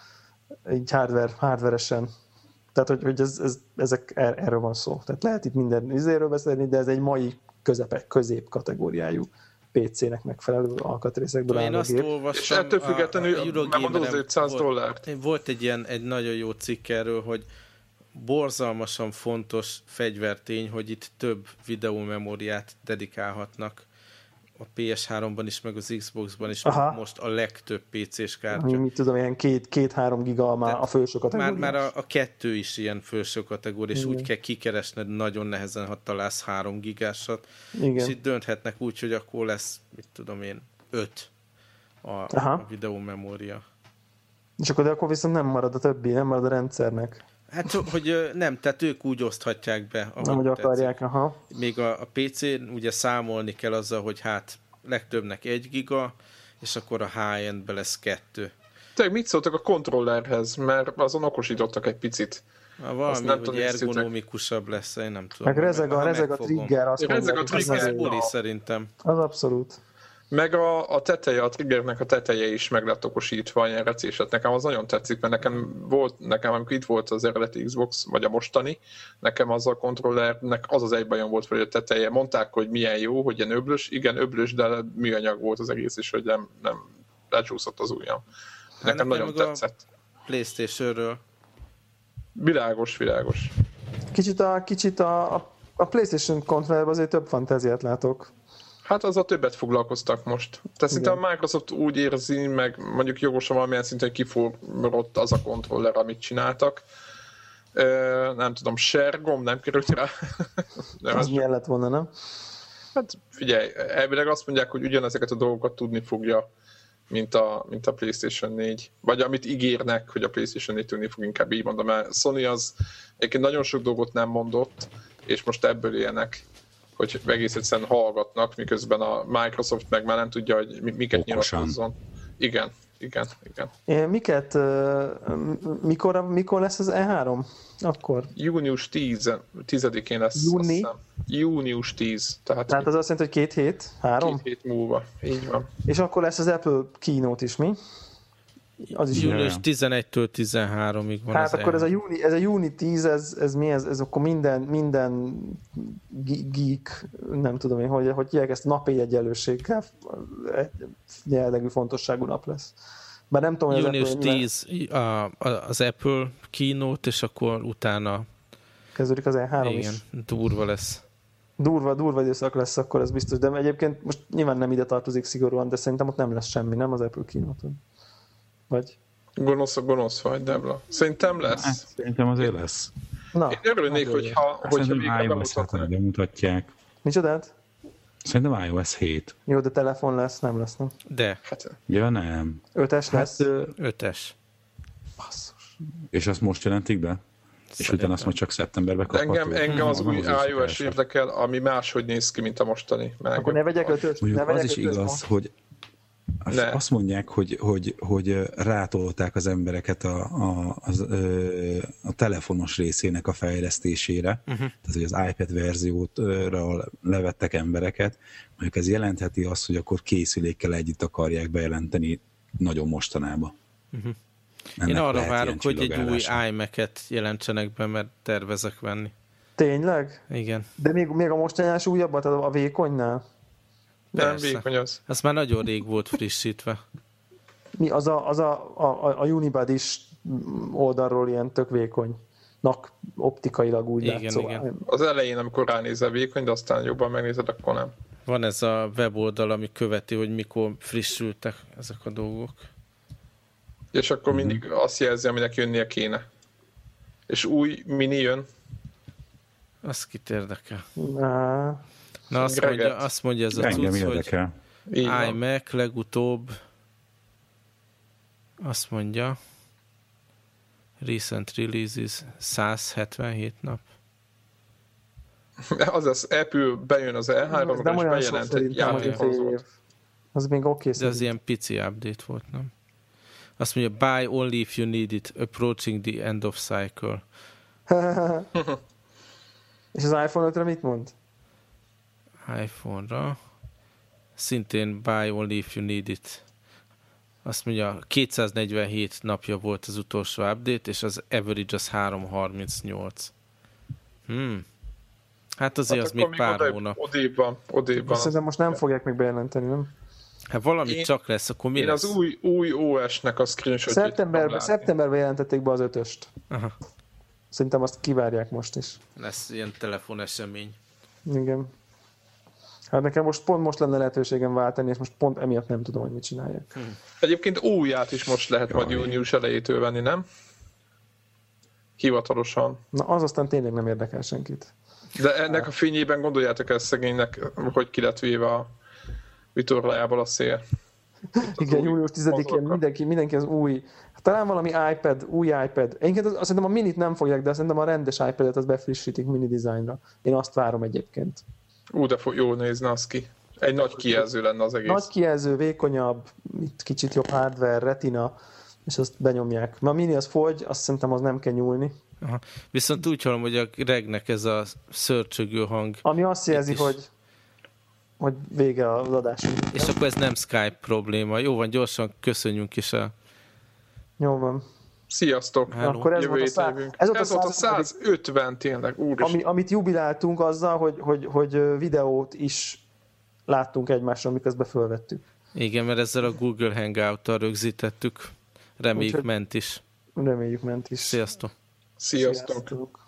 így hardware, hardware-esen. Tehát, hogy, hogy ez, ez, ezek er, erről van szó. Tehát lehet itt minden izéről beszélni, de ez egy mai közepek, közép kategóriájú pé cének megfelelő alkatrészekből áll a gép. Olvastam, és ettől függetlenül nem mondod az ötszáz dollárt. Volt egy ilyen egy nagyon jó cikk erről, hogy borzalmasan fontos fegyvertény, hogy itt több videómemóriát dedikálhatnak a pé es háromban is, meg az Xboxban is. Aha. Most a legtöbb pé cés kártya. Mit tudom, ilyen két-három giga már a felső kategória. Már, már a, a kettő is ilyen felső kategória, és igen. Úgy kell kikeresned nagyon nehezen, ha találsz három gigásat. Igen. És itt dönthetnek úgy, hogy akkor lesz, mit tudom én, öt a, a videómemória. És akkor, de akkor viszont nem marad a többi, nem marad a rendszernek. Hát, hogy nem, tehát ők úgy oszthatják be. Nem, hogy akarják, aha. Még a, a pé cén ugye számolni kell azzal, hogy hát legtöbbnek egy giga, és akkor a high-endbe lesz kettő. Te mit szóltak a kontrollerhez, mert azon okosítottak egy picit. Ha valami, nem hogy ergonomikusabb lesz, én nem tudom. Meg rezeg a, rezeg a trigger, azt rezeg a trigger, az, az szerintem. Az abszolút. Meg a, a teteje, a triggernek a teteje is meg lett okosítva ilyen recéset. Nekem az nagyon tetszik, mert nekem volt, nekem amikor itt volt az eredeti Xbox, vagy a mostani, nekem az a kontrollernek az az egy bajom volt, hogy a teteje. Mondták, hogy milyen jó, hogy ilyen öblös, igen öblös, de műanyag volt az egész is, hogy nem, nem lecsúszott az ujjam. Nekem, hát nekem nagyon tetszett. PlayStation-ről. Világos, világos. Kicsit a, kicsit a, a PlayStation kontrollerben azért több fantáziát látok. Hát azzal többet foglalkoztak most. Tehát szinte a Microsoft úgy érzi, meg mondjuk jogosan valamilyen szinten kiforrott az a kontroller, amit csináltak. Ö, nem tudom, share gomb nem került rá. Nem, az milyen lett volna, nem? Hát figyelj, elvileg azt mondják, hogy ugyanezeket a dolgokat tudni fogja, mint a, mint a PlayStation négy. Vagy amit ígérnek, hogy a PlayStation négy tudni fog, inkább így mondom, mert Sony az egyébként nagyon sok dolgot nem mondott, és most ebből élnek, hogy egész egyszerűen hallgatnak, miközben a Microsoft meg már nem tudja, hogy miket nyilatkozzon. Igen, igen, igen. É, miket, uh, mikor, mikor lesz az E három? Akkor? Június tízedikén lesz. Júni? Június tíz. Tehát, tehát az azt jelenti, hogy két hét? Három? Két hét múlva, így van. És akkor lesz az Apple keynote is, mi? Az is június tizenegytől tizenháromig van. Hát akkor ez a, júni, ez a júni tíz, ez, ez mi ez? Ez akkor minden, minden geek, nem tudom én, hogy, hogy hívják ezt napi egyenlőséggel egy jellegű fontosságú nap lesz. Bár nem tudom, hogy június tíz a, az Apple keynote, és akkor utána kezdődik az E három igen, is. durva lesz. Durva, durva időszak lesz, akkor ez biztos. De egyébként most nyilván nem ide tartozik szigorúan, de szerintem ott nem lesz semmi, nem az Apple keynote-on. Vagy? Gonosz a gonosz vagy, Debla. Szerintem lesz. Hát, szerintem azért lesz. Na, én örülnék, hogyha, hogyha még bemutatják. Micsodát? Szerintem iOS hét. Jó, de telefon lesz, nem lesz, nem? De. Hát, Ja, nem. ötös lesz? Hát, ötös. Basszus. és azt most jelentik be? És utána azt majd csak szeptemberben kapható. engem, engem az Hmm, új az iOS érdekel, ami máshogy néz ki, mint a mostani. Mert Akkor ne vegyek ötöst? Ne Mondjuk vegyek az is ötöst igaz, most? hogy Ne. azt mondják, hogy, hogy, hogy rátolták az embereket a, a, az, ö, a telefonos részének a fejlesztésére, uh-huh. tehát hogy az iPad verziótra levettek embereket, mondjuk ez jelentheti azt, hogy akkor készülékkel együtt akarják bejelenteni nagyon mostanába. Uh-huh. Én arra várok, hogy egy új iMac-et jelentsenek be, mert tervezek venni. Tényleg? Igen. De még, még a mostanás újabbat, tehát a vékonynál? Nem vékony az. Az már nagyon rég volt frissítve. Mi az a, az a, a, a Unibody-s oldalról ilyen tök vékonynak optikailag úgy igen, látszó. Igen. Az elején, amikor ránézel vékony, de aztán jobban megnézed, akkor nem. Van ez a weboldal, ami követi, hogy mikor frissültek ezek a dolgok. És akkor mm-hmm. mindig azt jelzi, aminek jönnie kéne. És új mini jön. Az kit érdekel. Nah. Na azt mondja, azt mondja ez a cucc, hogy iMac legutóbb azt mondja recent releases száz hetvenhét nap. Azaz, Apple bejön az E három-ra és bejelent egy játékkonzolt. Az még oké. De az ilyen pici update volt, nem? Azt mondja, buy only if you need it, approaching the end of cycle. És az iPhone ötre mit mond? iPhone-ra szintén buy only if you need it. Azt mondja, kétszáznegyvenhét napja volt az utolsó update, és az average az három harmincnyolc. Hmm. Hát azért hát az még pár odébb, hónap. Odébb van, odébb van. Szerintem most nem fogják még bejelenteni, nem? Hát valami én, csak lesz, akkor mi én lesz? Én az új, új ó es-nek a screenshotjét Szeptemberben, szeptemberben jelentették be az ötöst. Aha. Szerintem azt kivárják most is. Lesz ilyen telefonesemény. Igen. Hát nekem most pont most lenne lehetőségem váltani, és most pont emiatt nem tudom, hogy mit csináljak. Hm. Egyébként újját is most lehet Jaj. majd június elejétől venni, nem? Hivatalosan. Na az aztán tényleg nem érdekel senkit. De ennek a fényében gondoljátok el szegénynek, hogy ki lett véve a vitorlájából a szél. Igen, július tizedikén mindenki, mindenki az új, talán valami iPad, új iPad. Egyébként azt szerintem a minit nem fogják, de szerintem a rendes iPad-et az befrissítik mini designra. Én azt várom egyébként. Ú, de jól nézne az ki. Egy nagy kijelző lenne az egész. Nagy kijelző, vékonyabb, itt kicsit jobb hardware, retina, és azt benyomják. Mert a mini az fogy, azt szerintem az nem kell nyúlni. Aha. Viszont úgy hallom, hogy a Regnek ez a szörcsögő hang. Ami azt jelzi, hogy, hogy vége az adásunk. És nem? Akkor ez nem Skype probléma. Jó van, gyorsan köszönjünk is a... Jó van. Sziasztok! Akkor ez volt a, szá... ez volt a, ez volt a százötven tényleg, Ami, amit jubiláltunk azzal, hogy, hogy, hogy videót is láttunk egymásra, miközben fölvettük. Igen, mert ezzel a Google Hangout-tal rögzítettük. Reméljük Úgyhogy ment is. Reméljük ment is. Sziasztok! Sziasztok! Sziasztok.